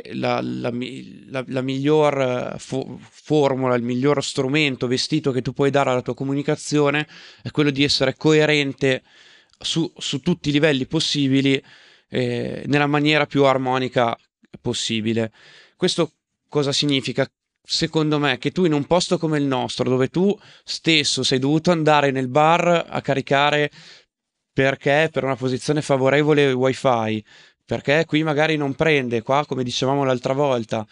la miglior formula, il miglior strumento vestito che tu puoi dare alla tua comunicazione è quello di essere coerente su tutti i livelli possibili, nella maniera più armonica possibile. Questo cosa significa? Secondo me, che tu in un posto come il nostro, dove tu stesso sei dovuto andare nel bar a caricare perché per una posizione favorevole wifi, perché qui magari non prende, qua come dicevamo l'altra volta,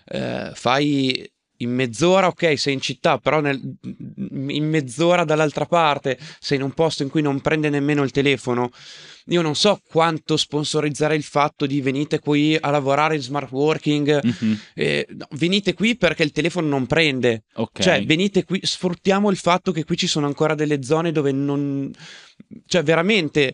fai in mezz'ora, ok, sei in città, però in mezz'ora dall'altra parte sei in un posto in cui non prende nemmeno il telefono. Io non so quanto sponsorizzare il fatto di venite qui a lavorare in smart working, no, venite qui perché il telefono non prende. Ok. Cioè, venite qui, sfruttiamo il fatto che qui ci sono ancora delle zone dove non... Cioè, veramente...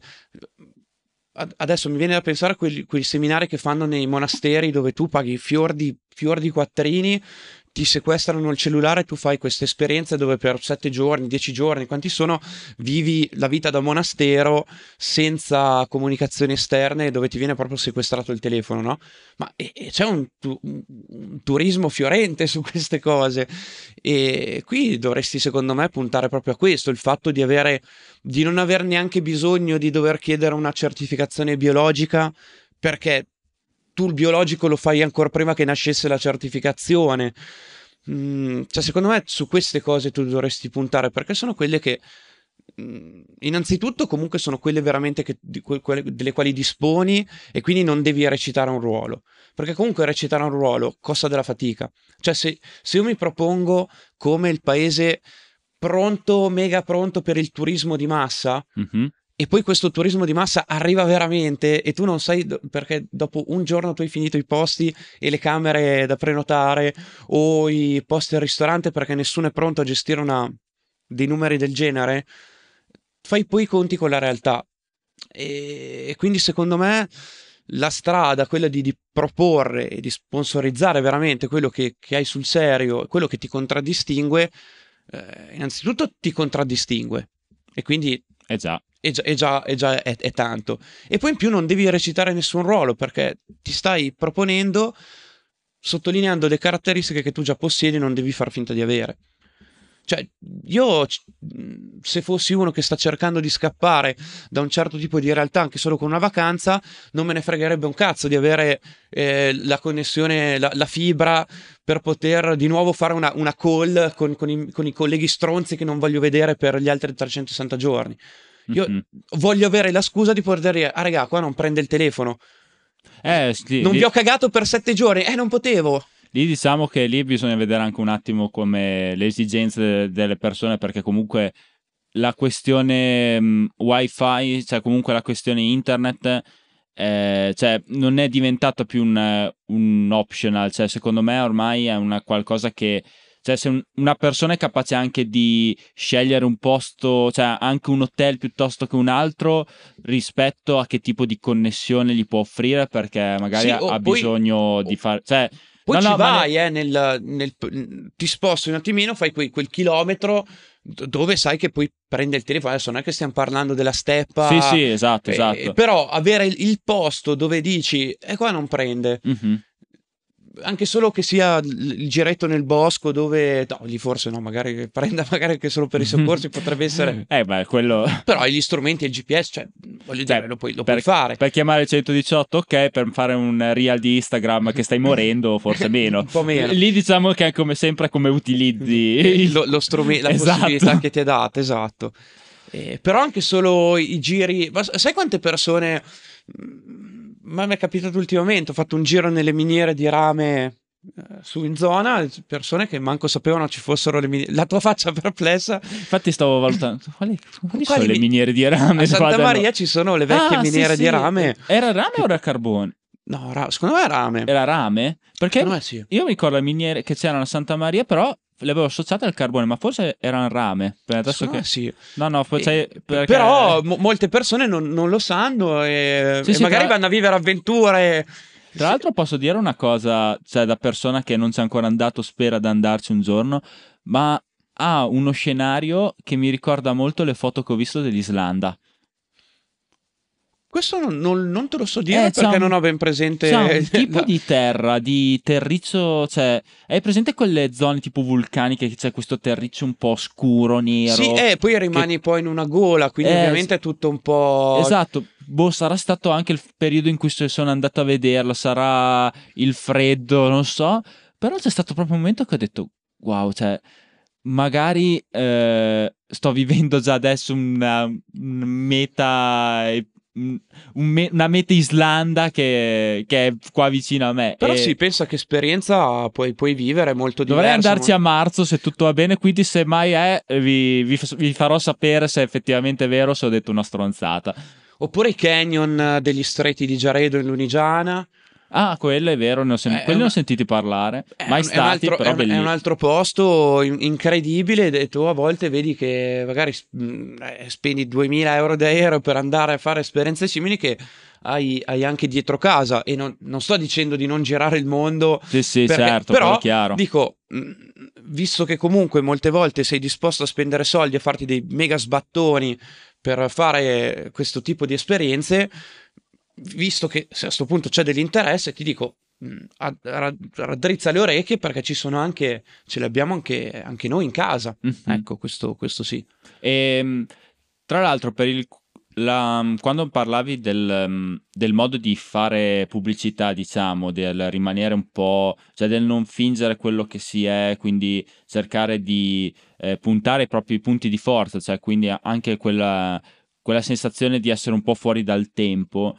Adesso mi viene da pensare a quei seminari che fanno nei monasteri dove tu paghi fior di quattrini, ti sequestrano il cellulare e tu fai queste esperienze dove per 7 giorni, 10 giorni, quanti sono, vivi la vita da monastero senza comunicazioni esterne, dove ti viene proprio sequestrato il telefono, no? Ma c'è un turismo fiorente su queste cose, e qui dovresti secondo me puntare proprio a questo, il fatto di non aver neanche bisogno di dover chiedere una certificazione biologica, perché tu il biologico lo fai ancora prima che nascesse la certificazione. Cioè, secondo me su queste cose tu dovresti puntare, perché sono quelle che innanzitutto comunque sono quelle veramente delle quali disponi, e quindi non devi recitare un ruolo, perché comunque recitare un ruolo costa della fatica. Cioè, se io mi propongo come il paese pronto, mega pronto per il turismo di massa, e poi questo turismo di massa arriva veramente e tu non sai, perché dopo un giorno tu hai finito i posti e le camere da prenotare o i posti al ristorante, perché nessuno è pronto a gestire dei numeri del genere, fai poi i conti con la realtà. E quindi secondo me la strada, quella di proporre e di sponsorizzare veramente quello che hai sul serio, quello che ti contraddistingue, innanzitutto ti contraddistingue, e quindi Già. è tanto. E poi in più non devi recitare nessun ruolo, perché ti stai proponendo, sottolineando le caratteristiche che tu già possiedi e non devi far finta di avere. Cioè, io, se fossi uno che sta cercando di scappare da un certo tipo di realtà anche solo con una vacanza, non me ne fregherebbe un cazzo di avere la connessione, la fibra, per poter di nuovo fare una call con i colleghi stronzi che non voglio vedere per gli altri 360 giorni. Io voglio avere la scusa di poter dire: ah, raga, qua non prende il telefono. Sì, Non vi ho cagato per 7 giorni. Non potevo. Lì diciamo che lì bisogna vedere anche un attimo come le esigenze delle persone, perché comunque la questione wifi, cioè comunque la questione internet, cioè non è diventato più un optional, cioè secondo me ormai è una qualcosa che, cioè se una persona è capace anche di scegliere un posto, cioè anche un hotel piuttosto che un altro, rispetto a che tipo di connessione gli può offrire, perché magari Sì, ha bisogno di fare, cioè poi no, ci vai, ti sposti un attimino, fai quel chilometro dove sai che poi prende il telefono. Adesso non è che stiamo parlando della steppa. Sì, esatto. Però avere il posto dove dici, qua non prende. Anche solo che sia il giretto nel bosco dove, no, lì forse no, magari prenda magari anche solo per i soccorsi, potrebbe essere. Quello. Però hai gli strumenti e il GPS, cioè, voglio dire, lo puoi fare. Per chiamare il 118, ok, per fare un reel di Instagram che stai morendo, forse meno. Un po' meno. Lì diciamo che è come sempre come utilizzi lo strumento, la esatto. possibilità che ti è data, esatto. Però anche solo i giri, ma sai quante persone... Ma mi è capitato ultimamente, ho fatto un giro nelle miniere di rame su in zona, persone che manco sapevano ci fossero le miniere. La tua faccia perplessa. Infatti stavo valutando quali sono le miniere di rame. A Santa Maria ci sono le vecchie miniere di rame. Era rame o era carbone? No, secondo me è rame. Era rame? Perché Secondo me sì. io mi ricordo le miniere che c'erano a Santa Maria, però le avevo associate al carbone, ma forse erano rame. Adesso Secondo me sì. No, perché... Però molte persone non lo sanno e Sì, magari vanno a vivere avventure. Tra l'altro posso dire una cosa, cioè da persona che non c'è ancora andato, spera di andarci un giorno, ma ha uno scenario che mi ricorda molto le foto che ho visto dell'Islanda. Questo non te lo so dire perché non ho ben presente. C'è un tipo di terra, di terriccio, cioè, hai presente quelle zone tipo vulcaniche che c'è questo terriccio un po' scuro, nero? Sì, poi rimani poi in una gola, quindi ovviamente è tutto un po'... Esatto, sarà stato anche il periodo in cui sono andato a vederlo, sarà il freddo, non so, però c'è stato proprio un momento che ho detto, wow, cioè, magari sto vivendo già adesso una meta... una meta Islanda che è qua vicino a me. Però sì, pensa che esperienza puoi vivere molto diversa. Dovrei andarci a marzo se tutto va bene, quindi se mai è vi farò sapere se effettivamente è vero o se ho detto una stronzata. Oppure i canyon degli stretti di Giaredo in Lunigiana. Ah, quello è vero, quelli ne ho sentiti parlare. Mai stati, però bellissimi. È un altro posto incredibile e tu a volte vedi che magari spendi 2000 euro d'aereo per andare a fare esperienze simili che hai anche dietro casa e non sto dicendo di non girare il mondo. Sì, perché, certo, però è chiaro. dico, visto che comunque molte volte sei disposto a spendere soldi a farti dei mega sbattoni per fare questo tipo di esperienze, visto che se a sto punto c'è dell'interesse, ti dico, raddrizza le orecchie perché ce le abbiamo anche noi in casa. Mm-hmm. Ecco, questo sì. E, tra l'altro, quando parlavi del modo di fare pubblicità, diciamo, del rimanere un po', cioè del non fingere quello che si è, quindi cercare di puntare ai propri punti di forza, cioè quindi anche quella sensazione di essere un po' fuori dal tempo.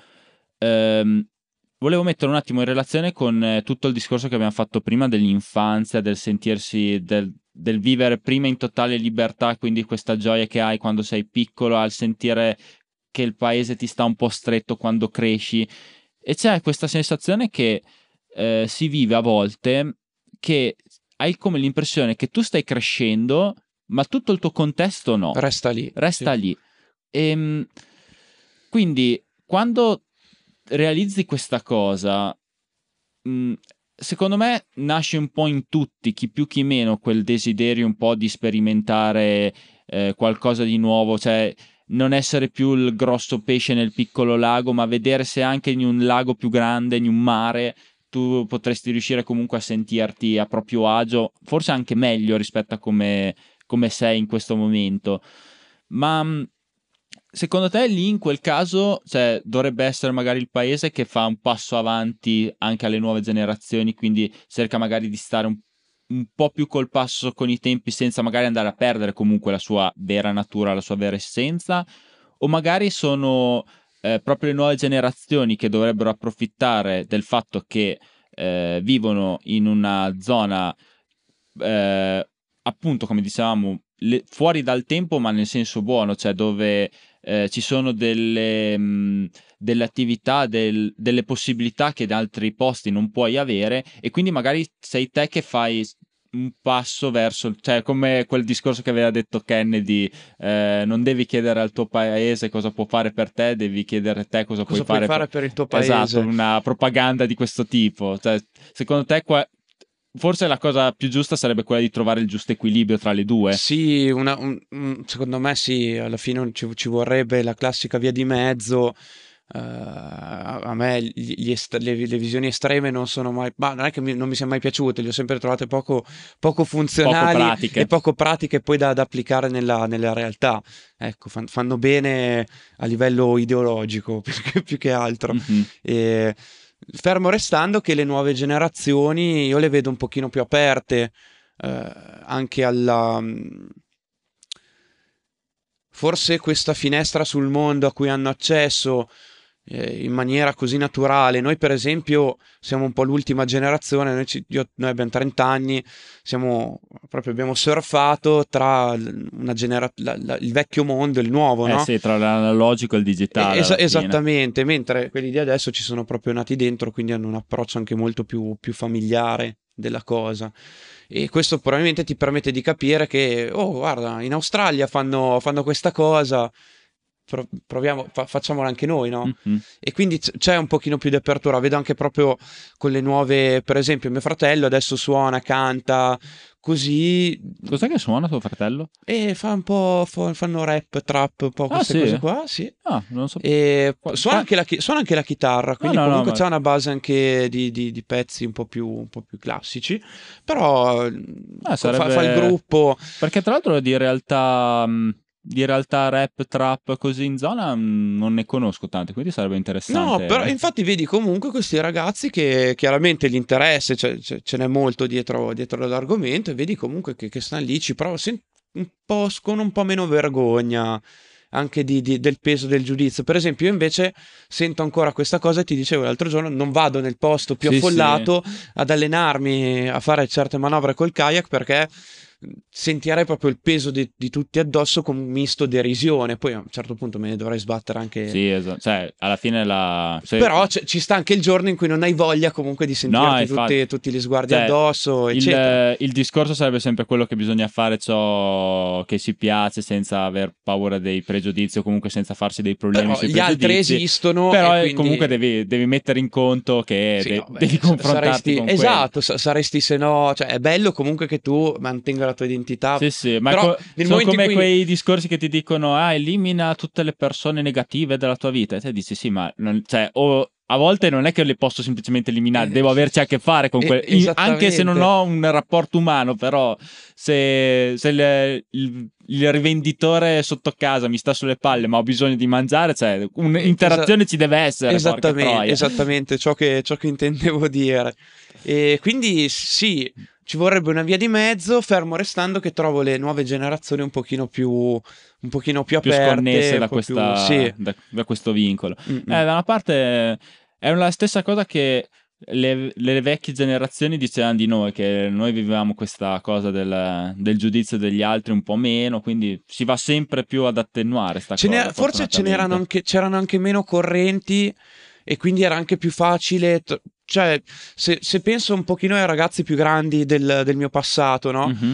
Volevo mettere un attimo in relazione con tutto il discorso che abbiamo fatto prima dell'infanzia, del sentirsi, del vivere prima in totale libertà, quindi questa gioia che hai quando sei piccolo, al sentire che il paese ti sta un po' stretto quando cresci. E c'è questa sensazione che si vive a volte, che hai come l'impressione che tu stai crescendo, ma tutto il tuo contesto no. Resta lì. Lì. Quindi, quando realizzi questa cosa, secondo me nasce un po' in tutti, chi più chi meno, quel desiderio un po' di sperimentare qualcosa di nuovo, cioè non essere più il grosso pesce nel piccolo lago, ma vedere se anche in un lago più grande, in un mare, tu potresti riuscire comunque a sentirti a proprio agio, forse anche meglio rispetto a come sei in questo momento. Ma secondo te lì in quel caso, cioè, dovrebbe essere magari il paese che fa un passo avanti anche alle nuove generazioni, quindi cerca magari di stare un po' più col passo con i tempi senza magari andare a perdere comunque la sua vera natura, la sua vera essenza, o magari sono proprio le nuove generazioni che dovrebbero approfittare del fatto che vivono in una zona appunto, come dicevamo, fuori dal tempo, ma nel senso buono, cioè dove ci sono delle attività, delle possibilità che da altri posti non puoi avere, e quindi magari sei te che fai un passo verso, cioè come quel discorso che aveva detto Kennedy, non devi chiedere al tuo paese cosa può fare per te, devi chiedere te cosa puoi fare per il tuo paese. Esatto, una propaganda di questo tipo, cioè, secondo te forse la cosa più giusta sarebbe quella di trovare il giusto equilibrio tra le due. Sì, secondo me sì, alla fine ci vorrebbe la classica via di mezzo. A me le visioni estreme non sono mai, ma non è che non mi siano mai piaciute, le ho sempre trovate poco funzionali e poco pratiche poi da applicare nella realtà. Ecco, fanno bene a livello ideologico più che altro. Mm-hmm. Fermo restando che le nuove generazioni io le vedo un pochino più aperte anche alla forse questa finestra sul mondo a cui hanno accesso in maniera così naturale. Noi per esempio siamo un po' l'ultima generazione, noi abbiamo 30 anni, abbiamo surfato tra il vecchio mondo e il nuovo, no? Sì, tra l'analogico e il digitale. Esattamente, mentre quelli di adesso ci sono proprio nati dentro, quindi hanno un approccio anche molto più familiare della cosa. E questo probabilmente ti permette di capire che, oh, guarda, in Australia fanno questa cosa, proviamo, facciamola anche noi, no? Mm-hmm. E quindi c'è un pochino più di apertura. Vedo anche proprio con le nuove, per esempio mio fratello adesso suona, canta, così. Cos'è che suona tuo fratello? E fa un po', fanno rap, trap, un po' queste cose qua, sì. Non so. E suona anche la chitarra, quindi comunque c'è una base anche di pezzi un po' più classici, però fa il gruppo. Perché tra l'altro di realtà rap, trap così in zona non ne conosco tante, quindi sarebbe interessante. No, però infatti vedi comunque questi ragazzi che chiaramente l'interesse, ce n'è molto dietro l'argomento, e vedi comunque che stanno lì, ci provano con un po' meno vergogna anche del peso del giudizio. Per esempio io invece sento ancora questa cosa, e ti dicevo l'altro giorno, non vado nel posto più affollato ad allenarmi a fare certe manovre col kayak, perché sentirei proprio il peso di tutti addosso, con un misto derisione. Poi a un certo punto me ne dovrei sbattere anche. Sì, esatto. Cioè, alla fine però ci sta anche il giorno in cui non hai voglia comunque di sentirti tutti gli sguardi addosso, eccetera. Il discorso sarebbe sempre quello che bisogna fare ciò che si piace senza aver paura dei pregiudizi, o comunque senza farsi dei problemi sui pregiudizi. Gli altri esistono, però quindi comunque devi mettere in conto che devi confrontarti con esatto, saresti, se no, cioè è bello comunque che tu mantenga la tua identità. Sì, ma però sono come quei discorsi che ti dicono elimina tutte le persone negative dalla tua vita, e te dici sì, ma a volte non è che le posso semplicemente eliminare, devo averci a che fare con anche se non ho un rapporto umano. Però se il rivenditore sotto casa mi sta sulle palle ma ho bisogno di mangiare, cioè un'interazione ci deve essere. Esattamente ciò che intendevo dire. E quindi sì, ci vorrebbe una via di mezzo, fermo restando che trovo le nuove generazioni un pochino più aperte, sconnesse da questo vincolo. Da una parte è la stessa cosa che le vecchie generazioni dicevano di noi, che noi vivevamo questa cosa del giudizio degli altri un po' meno, quindi si va sempre più ad attenuare sta cosa. Forse c'erano anche meno correnti, e quindi era anche più facile. Cioè, se penso un pochino ai ragazzi più grandi del mio passato, no? Mm-hmm.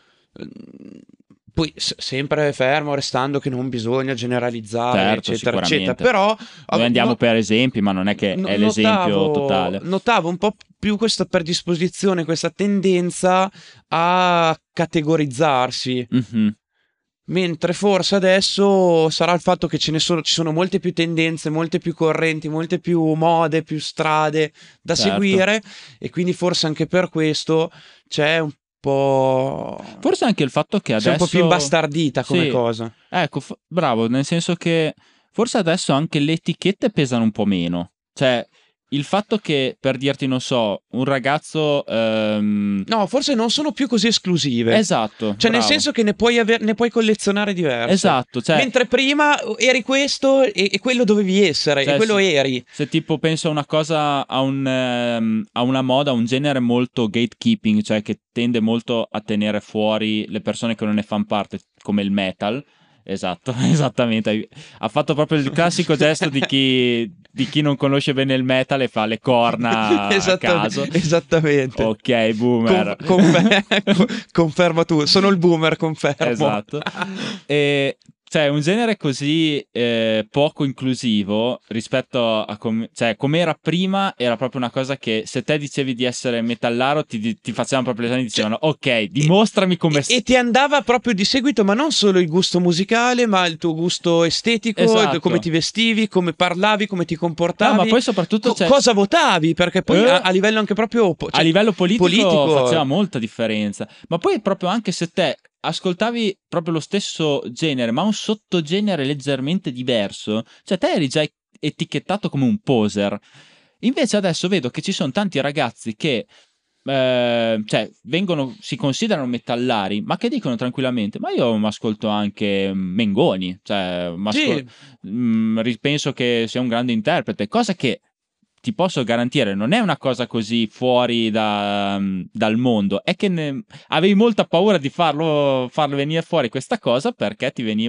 Poi sempre fermo restando che non bisogna generalizzare, certo, eccetera. Però noi andiamo per esempi, ma non è che è l'esempio totale. Notavo un po' più questa predisposizione, questa tendenza a categorizzarsi. Mm-hmm. Mentre forse adesso sarà il fatto che ci sono molte più tendenze, molte più correnti, molte più mode, più strade da seguire, e quindi forse anche per questo c'è un po'. Forse anche il fatto che adesso è un po' più imbastardita come cosa. Ecco, bravo, nel senso che forse adesso anche le etichette pesano un po' meno. Cioè, il fatto che, per dirti, non so, un ragazzo no, forse non sono più così esclusive. Esatto. Cioè, nel senso che ne puoi collezionare diverse. Esatto, cioè, mentre prima eri questo e quello dovevi essere, cioè, e quello eri. Se tipo penso a una cosa, a una moda, a un genere molto gatekeeping, cioè che tende molto a tenere fuori le persone che non ne fanno parte, come il metal. Esatto, esattamente. Ha fatto proprio il classico gesto di chi non conosce bene il metal e fa le corna a caso. Esattamente. Ok, boomer. Conferma tu, sono il boomer, confermo. Esatto. E cioè, un genere così poco inclusivo rispetto a come era prima, era proprio una cosa che se te dicevi di essere metallaro ti facevano proprio l'esame e dicevano ok, dimostrami come e ti andava proprio di seguito, ma non solo il gusto musicale, ma il tuo gusto estetico, esatto. Come ti vestivi, come parlavi, come ti comportavi. No, ma poi soprattutto cosa votavi, perché poi a livello anche proprio a livello politico faceva molta differenza. Ma poi proprio anche se te ascoltavi proprio lo stesso genere, ma un sottogenere leggermente diverso, cioè te eri già etichettato come un poser. Invece adesso vedo che ci sono tanti ragazzi che cioè si considerano metallari, ma che dicono tranquillamente: ma io mi ascolto anche Mengoni, cioè Sì. penso che sia un grande interprete, cosa che ti posso garantire non è una cosa così fuori dal mondo, è che avevi molta paura di farlo venire fuori questa cosa, perché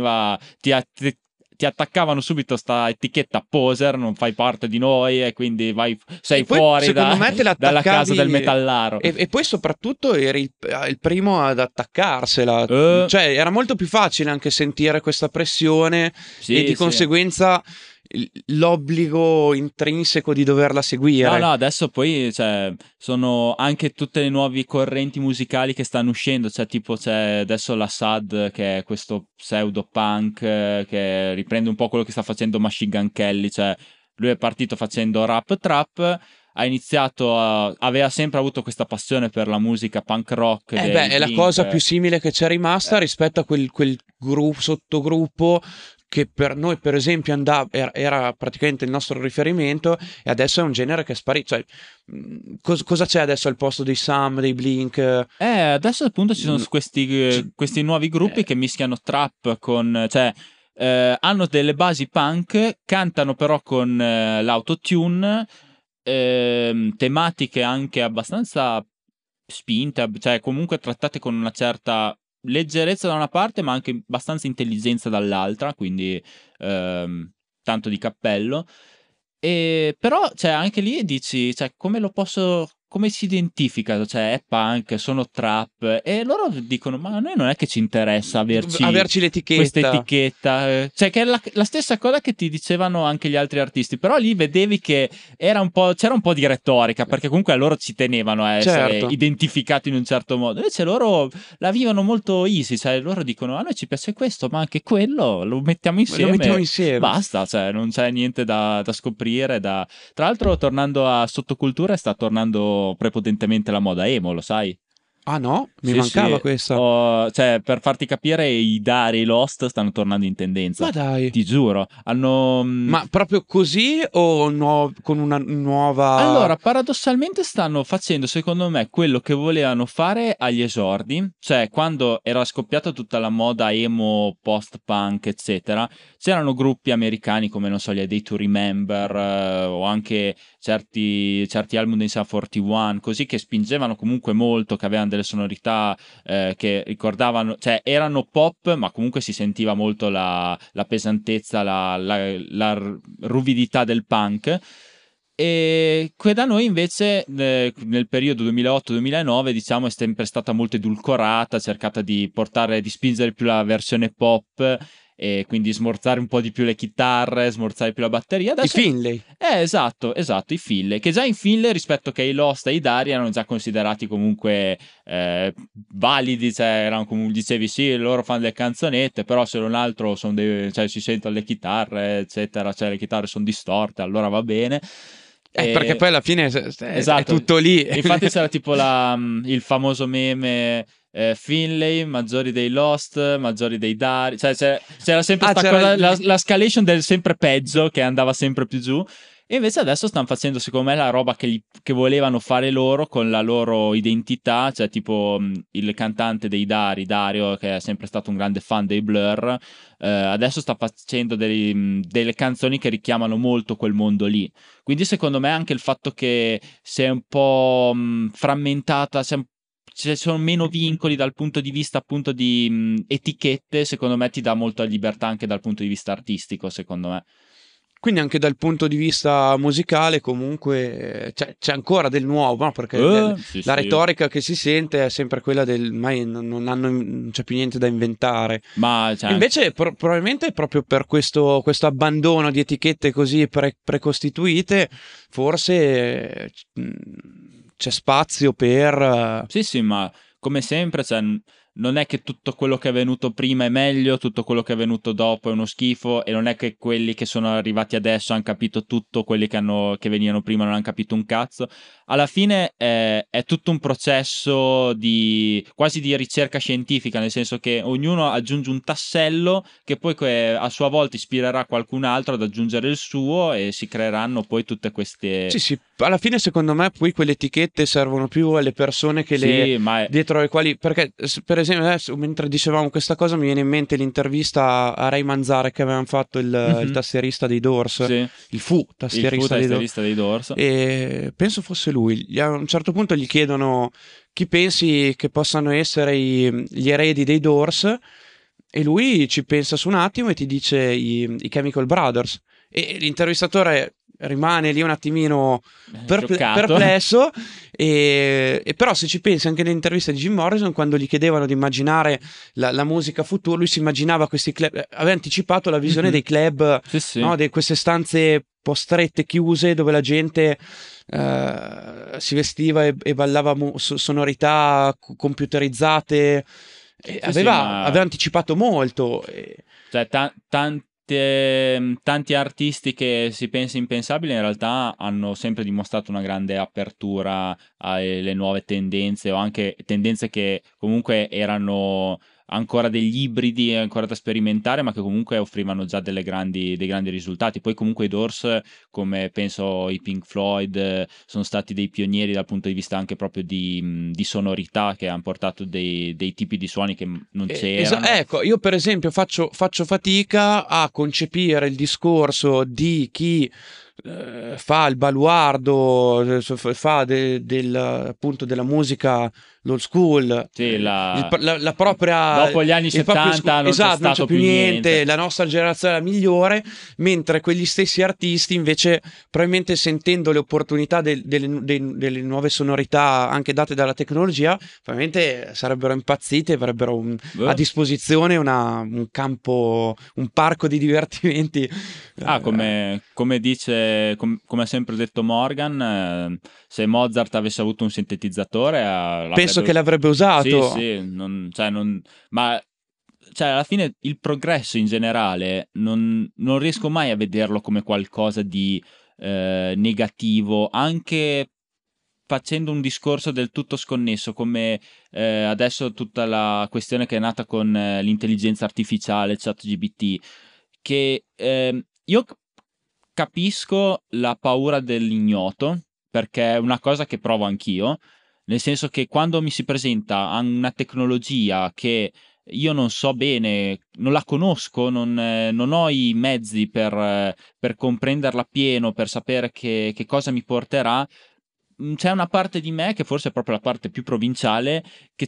ti attaccavano subito sta etichetta poser, non fai parte di noi e quindi sei E poi fuori secondo me te dalla casa del l'attaccavi metallaro. e poi soprattutto eri il primo ad attaccarsela, Eh, cioè era molto più facile anche sentire questa pressione e di sì, sì. conseguenza l'obbligo intrinseco di doverla seguire. No, adesso poi sono anche tutte le nuove correnti musicali che stanno uscendo, cioè tipo c'è adesso la SAD, che è questo pseudo punk che riprende un po' quello che sta facendo Machine Gun Kelly, cioè lui è partito facendo rap trap, aveva sempre avuto questa passione per la musica punk rock dei È la Blink. cosa più simile che c'è rimasta rispetto a quel sottogruppo che per noi, per esempio, era praticamente il nostro riferimento, e adesso è un genere che è sparito. Cioè, cosa c'è adesso al posto dei Sam, dei Blink? Adesso appunto ci sono Ci- questi nuovi gruppi che mischiano trap con, cioè, hanno delle basi punk, cantano però con l'autotune, tematiche anche abbastanza spinte, cioè comunque trattate con una certa leggerezza da una parte, ma anche abbastanza intelligenza dall'altra, quindi tanto di cappello. Però, cioè, anche lì dici, cioè, come si identifica? Cioè, è punk, sono trap, e loro dicono: ma a noi non è che ci interessa averci averci questa l'etichetta. etichetta, cioè, che è la stessa cosa che ti dicevano anche gli altri artisti, però lì vedevi che c'era un po' di retorica, perché comunque loro ci tenevano a essere Certo, identificati in un certo modo, invece loro la vivono molto easy, cioè loro dicono: a noi ci piace questo, ma anche quello lo mettiamo lo mettiamo insieme, insieme. basta, cioè non c'è niente da scoprire. Tra l'altro, tornando a sottocultura, sta tornando prepotentemente la moda emo, lo sai? Ah no, mi Sì, mancava sì. questa. Cioè, per farti capire, i Dari e i Lost stanno tornando in Ma tendenza. dai. Ti giuro, hanno. Ma proprio così o con una nuova... Allora, paradossalmente stanno facendo, secondo me, quello che volevano fare agli esordi, cioè quando era scoppiata tutta la moda emo, post-punk, eccetera, c'erano gruppi americani come, non so, gli A Day to Remember, o anche certi album dei Sum 41, così, che spingevano comunque molto, che avevano delle sonorità che ricordavano, cioè erano pop, ma comunque si sentiva molto la pesantezza, la ruvidità del punk. E qui da noi invece nel periodo 2008-2009, diciamo, è sempre stata molto edulcorata, cercata di spingere più la versione pop, e quindi smorzare un po' di più le chitarre, smorzare più la batteria. I Adesso Finlay. esatto, i Finlay, che già in Finlay, rispetto che ai Lost e ai Dari, erano già considerati comunque validi, cioè erano come dicevi, sì, loro fanno delle canzonette, però se non altro cioè, si sentono le chitarre, eccetera, cioè le chitarre sono distorte, allora va bene. Perché poi alla fine è Esatto, tutto lì. infatti c'era tipo il famoso meme, Finlay, maggiori dei Lost, maggiori dei Dari, cioè c'era sempre sta C'era cosa, la scalation del sempre peggio, che andava sempre più giù. E invece adesso stanno facendo, secondo me, la roba che volevano fare loro, con la loro identità, cioè tipo il cantante dei Dario, che è sempre stato un grande fan dei Blur, adesso sta facendo delle canzoni che richiamano molto quel mondo lì. Quindi secondo me anche il fatto che si è un po' frammentata, ci sono meno vincoli dal punto di vista appunto di etichette, secondo me ti dà molta libertà anche dal punto di vista artistico, secondo me. Quindi anche dal punto di vista musicale comunque c'è ancora del nuovo, no? Perché Sì, la sì. retorica che si sente è sempre quella del mai non c'è più niente da inventare. Ma c'è Invece probabilmente proprio per questo abbandono di etichette così precostituite, forse c'è spazio per... Sì, sì, ma come sempre, cioè, non è che tutto quello che è venuto prima è meglio, tutto quello che è venuto dopo è uno schifo, e non è che quelli che sono arrivati adesso hanno capito tutto, quelli che venivano prima non hanno capito un cazzo. Alla fine è tutto un processo quasi di ricerca scientifica, nel senso che ognuno aggiunge un tassello che poi a sua volta ispirerà qualcun altro ad aggiungere il suo, e si creeranno poi tutte queste... Sì, sì, alla fine secondo me poi quelle etichette servono più alle persone che Sì, ma dietro le quali, perché per esempio adesso mentre dicevamo questa cosa mi viene in mente l'intervista a Ray Manzarek che avevano fatto il Mhm. tastierista dei Doors, Sì, il fu il fu tastierista dei Doors, tastierista dei Doors. e penso fosse lui. A un certo punto gli chiedono chi pensi che possano essere gli eredi dei Doors e lui ci pensa su un attimo e ti dice i Chemical Brothers e l'intervistatore rimane lì un attimino Scioccato. perplesso e però se ci pensi anche nell'intervista di Jim Morrison quando gli chiedevano di immaginare la musica futura lui si immaginava questi club, aveva anticipato la visione Mhm. dei club, Sì, sì. no? Di queste stanze un po' strette, chiuse, dove la gente si vestiva e ballava sonorità computerizzate. E Sì, sì, aveva ma anticipato molto. cioè, tanti artisti che si pensa impensabili in realtà hanno sempre dimostrato una grande apertura alle nuove tendenze o anche tendenze che comunque erano ancora degli ibridi, ancora da sperimentare, ma che comunque offrivano già dei grandi risultati. Poi comunque i Doors, come penso i Pink Floyd, sono stati dei pionieri dal punto di vista anche proprio di sonorità, che hanno portato dei tipi di suoni che non c'erano. Ecco, io per esempio faccio fatica a concepire il discorso di chi fa il baluardo, fa appunto della musica l'old school, Sì, la propria, dopo gli anni il proprio 70 non c'è esatto, non c'è stato più più niente, niente. la nostra generazione è la migliore, mentre quegli stessi artisti invece probabilmente sentendo le opportunità delle nuove sonorità anche date dalla tecnologia, probabilmente sarebbero impazziti e avrebbero a Boh. disposizione un campo, un parco di divertimenti. Ah, come dice, come ha sempre detto Morgan, se Mozart avesse avuto un sintetizzatore, Penso che l'avrebbe... l'avrebbe Sì, usato. sì, ma cioè, alla fine il progresso in generale non riesco mai a vederlo come qualcosa di negativo, anche facendo un discorso del tutto sconnesso, come adesso tutta la questione che è nata con l'intelligenza artificiale, ChatGPT, che io capisco la paura dell'ignoto, perché è una cosa che provo anch'io, nel senso che quando mi si presenta una tecnologia che io non so bene, non la conosco, non ho i mezzi per comprenderla pieno, per sapere che cosa mi porterà. C'è una parte di me che forse è proprio la parte più provinciale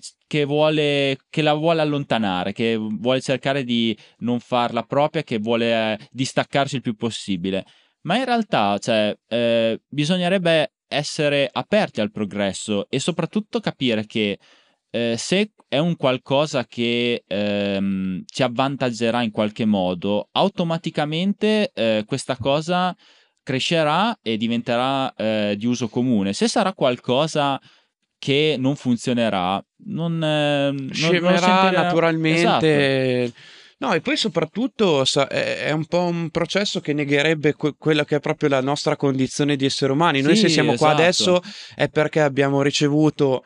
che la vuole allontanare, che vuole cercare di non farla propria, che vuole distaccarsi il più possibile. Ma in realtà, cioè, bisognerebbe essere aperti al progresso e soprattutto capire che se è un qualcosa che ci avvantaggerà in qualche modo, automaticamente questa cosa crescerà e diventerà di uso comune. Se sarà qualcosa che non funzionerà, non lo Scemerà sentirà. Esatto. naturalmente. No, e poi soprattutto è un po' un processo che negherebbe quella che è proprio la nostra condizione di esseri umani. Noi se Sì, siamo qua esatto. adesso è perché abbiamo ricevuto,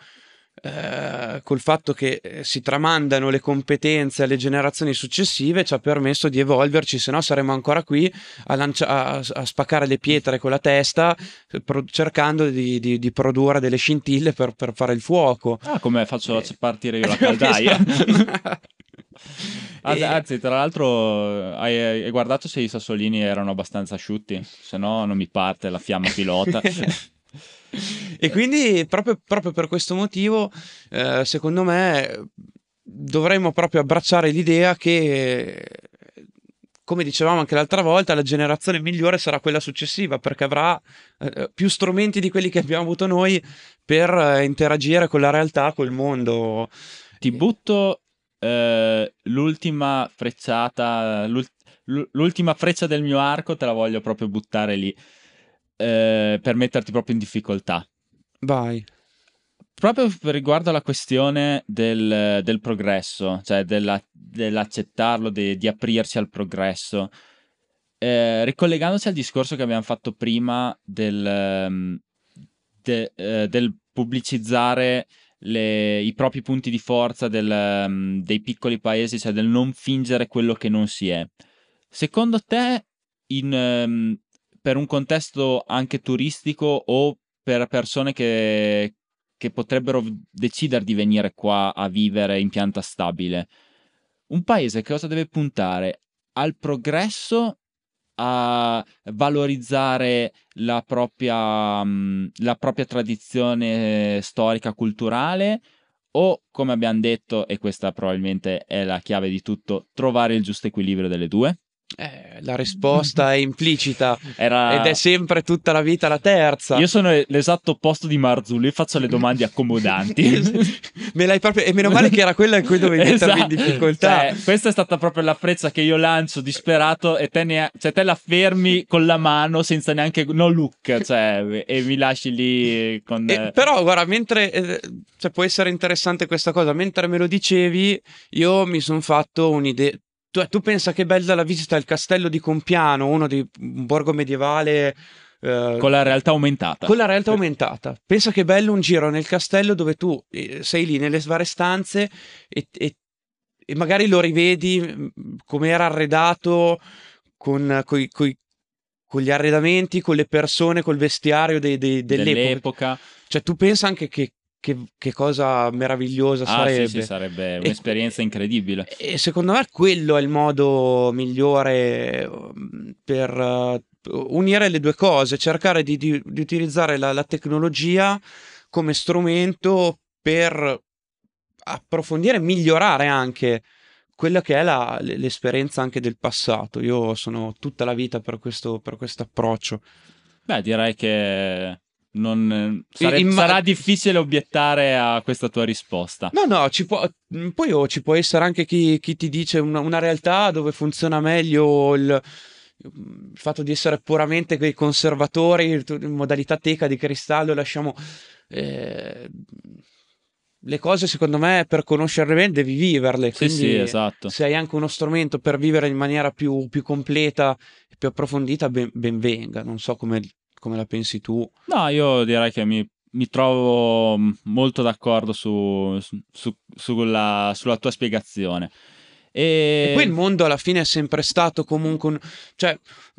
col fatto che si tramandano le competenze alle generazioni successive, ci ha permesso di evolverci, se no saremmo ancora qui a spaccare le pietre con la testa, cercando di produrre delle scintille per fare il fuoco. Ah, come faccio a Eh, partire io la caldaia? e, Anzi, tra l'altro, hai guardato se i sassolini erano abbastanza asciutti? Se no, non mi parte la fiamma pilota. e quindi proprio per questo motivo, secondo me, dovremmo proprio abbracciare l'idea che, come dicevamo anche l'altra volta, la generazione migliore sarà quella successiva perché avrà più strumenti di quelli che abbiamo avuto noi per interagire con la realtà, col mondo. Ti butto l'ultima frecciata, l'ultima freccia del mio arco, te la voglio proprio buttare lì, per metterti proprio in difficoltà. Vai. Proprio per riguardo alla questione del progresso, cioè dell'accettarlo, di aprirsi al progresso, ricollegandosi al discorso che abbiamo fatto prima del pubblicizzare i propri punti di forza dei piccoli paesi, cioè del non fingere quello che non si è. Secondo te, in, per un contesto anche turistico o per persone che potrebbero decidere di venire qua a vivere in pianta stabile, un paese che cosa deve puntare? Al progresso, a valorizzare la propria tradizione storica, culturale, o, come abbiamo detto, e questa probabilmente è la chiave di tutto, trovare il giusto equilibrio delle due? La risposta è implicita ed Era... è sempre tutta la vita la terza. Io sono l'esatto opposto di Marzullo, io faccio le domande accomodanti. Me l'hai proprio... E meno male che era quella in cui dovevi mettermi in difficoltà. Cioè, questa è stata proprio la frezza che io lancio disperato e te la fermi con la mano senza neanche no look, cioè, e mi lasci lì con... Però guarda, mentre cioè, può essere interessante questa cosa, mentre me lo dicevi io mi sono fatto un'idea. Tu pensa che bella la visita al castello di Compiano, un borgo medievale con la realtà aumentata. Con la realtà aumentata. Pensa che bello un giro nel castello dove tu sei lì nelle varie stanze e magari lo rivedi come era arredato con gli arredamenti, con le persone, col vestiario dell'epoca. Cioè tu pensa anche che cosa meravigliosa sarebbe. Sì, sarebbe un'esperienza incredibile. E secondo me quello è il modo migliore per unire le due cose, cercare di utilizzare la tecnologia come strumento per approfondire e migliorare anche quella che è l'esperienza anche del passato. Io sono tutta la vita per questo approccio. Beh, direi che sarà difficile obiettare a questa tua risposta. No, ci può essere anche chi ti dice una realtà dove funziona meglio il fatto di essere puramente quei conservatori in modalità teca di cristallo. Lasciamo le cose, secondo me, per conoscerle bene devi viverle. Sì, esatto. Se hai anche uno strumento per vivere in maniera più completa e più approfondita, ben venga. Non so come la pensi tu. No, io direi che mi trovo molto d'accordo sulla tua spiegazione. E poi il mondo alla fine è sempre stato comunque cioè,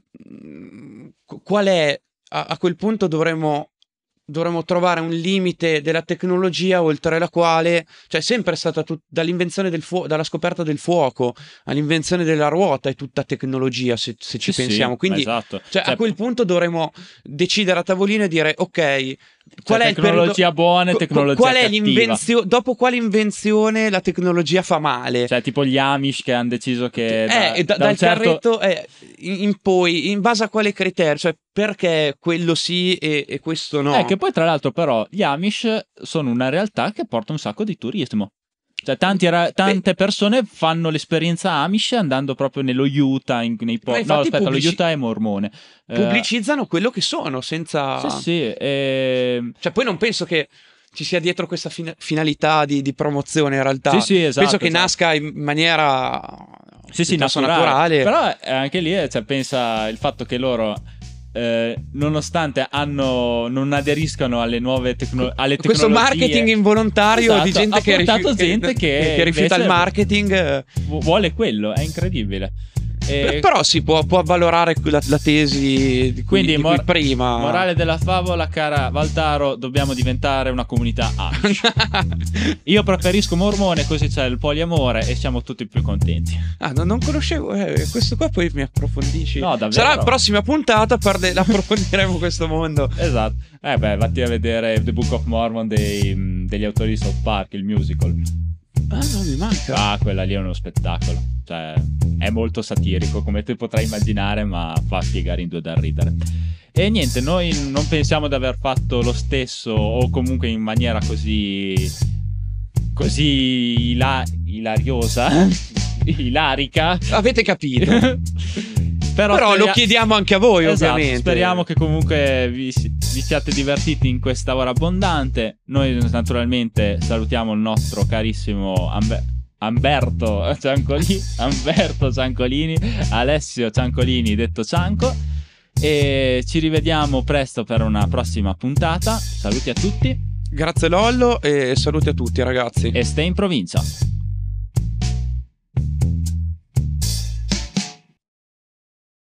qual è a quel punto dovremmo trovare un limite della tecnologia oltre la quale, cioè, è sempre stata dall'invenzione dalla scoperta del fuoco all'invenzione della ruota è tutta tecnologia, se ci pensiamo. Quindi esatto. Cioè, a quel punto dovremmo decidere a tavolino e dire ok, qual è tecnologia buona e tecnologia qual è cattiva. Dopo quale invenzione la tecnologia fa male? Cioè tipo gli Amish che hanno deciso che dal carretto in poi, in base a quale criterio, cioè perché quello sì e questo no. Che poi tra l'altro però gli Amish sono una realtà che porta un sacco di turismo. Cioè tante persone fanno l'esperienza Amish andando proprio nello Utah, nei posti. No, aspetta, lo Utah è mormone. Pubblicizzano quello che sono senza... Sì. Cioè poi non penso che ci sia dietro questa finalità di promozione in realtà. Sì, esatto. Penso che nasca in maniera naturale. Però anche lì pensa il fatto che loro... nonostante non aderiscano alle nuove tecnologie, questo marketing involontario, esatto, di gente che rifiuta il marketing, vuole quello, è incredibile. Però si può avvalorare la tesi di cui prima. Morale della favola, cara Valtaro, dobbiamo diventare una comunità Amish. Io preferisco mormone, così c'è il poliamore e siamo tutti più contenti. Non conoscevo questo qua, poi mi approfondisci. No, davvero. Sarà la prossima puntata, approfondiremo questo mondo. Esatto. Vatti a vedere The Book of Mormon degli autori di South Park, il musical. Non mi manca. Quella lì è uno spettacolo. Cioè, è molto satirico, come tu potrai immaginare, ma fa spiegare in due da ridere. E niente, noi non pensiamo di aver fatto lo stesso, o comunque in maniera così ilariosa, ilarica. Avete capito? Però lo chiediamo anche a voi, esatto, ovviamente. Speriamo che comunque vi siate divertiti in questa ora abbondante. Noi naturalmente salutiamo il nostro carissimo Umberto Ciancolini, Alessio Ciancolini, detto Cianco, e ci rivediamo presto per una prossima puntata. Saluti a tutti. Grazie Lollo e saluti a tutti, ragazzi. E stay in provincia.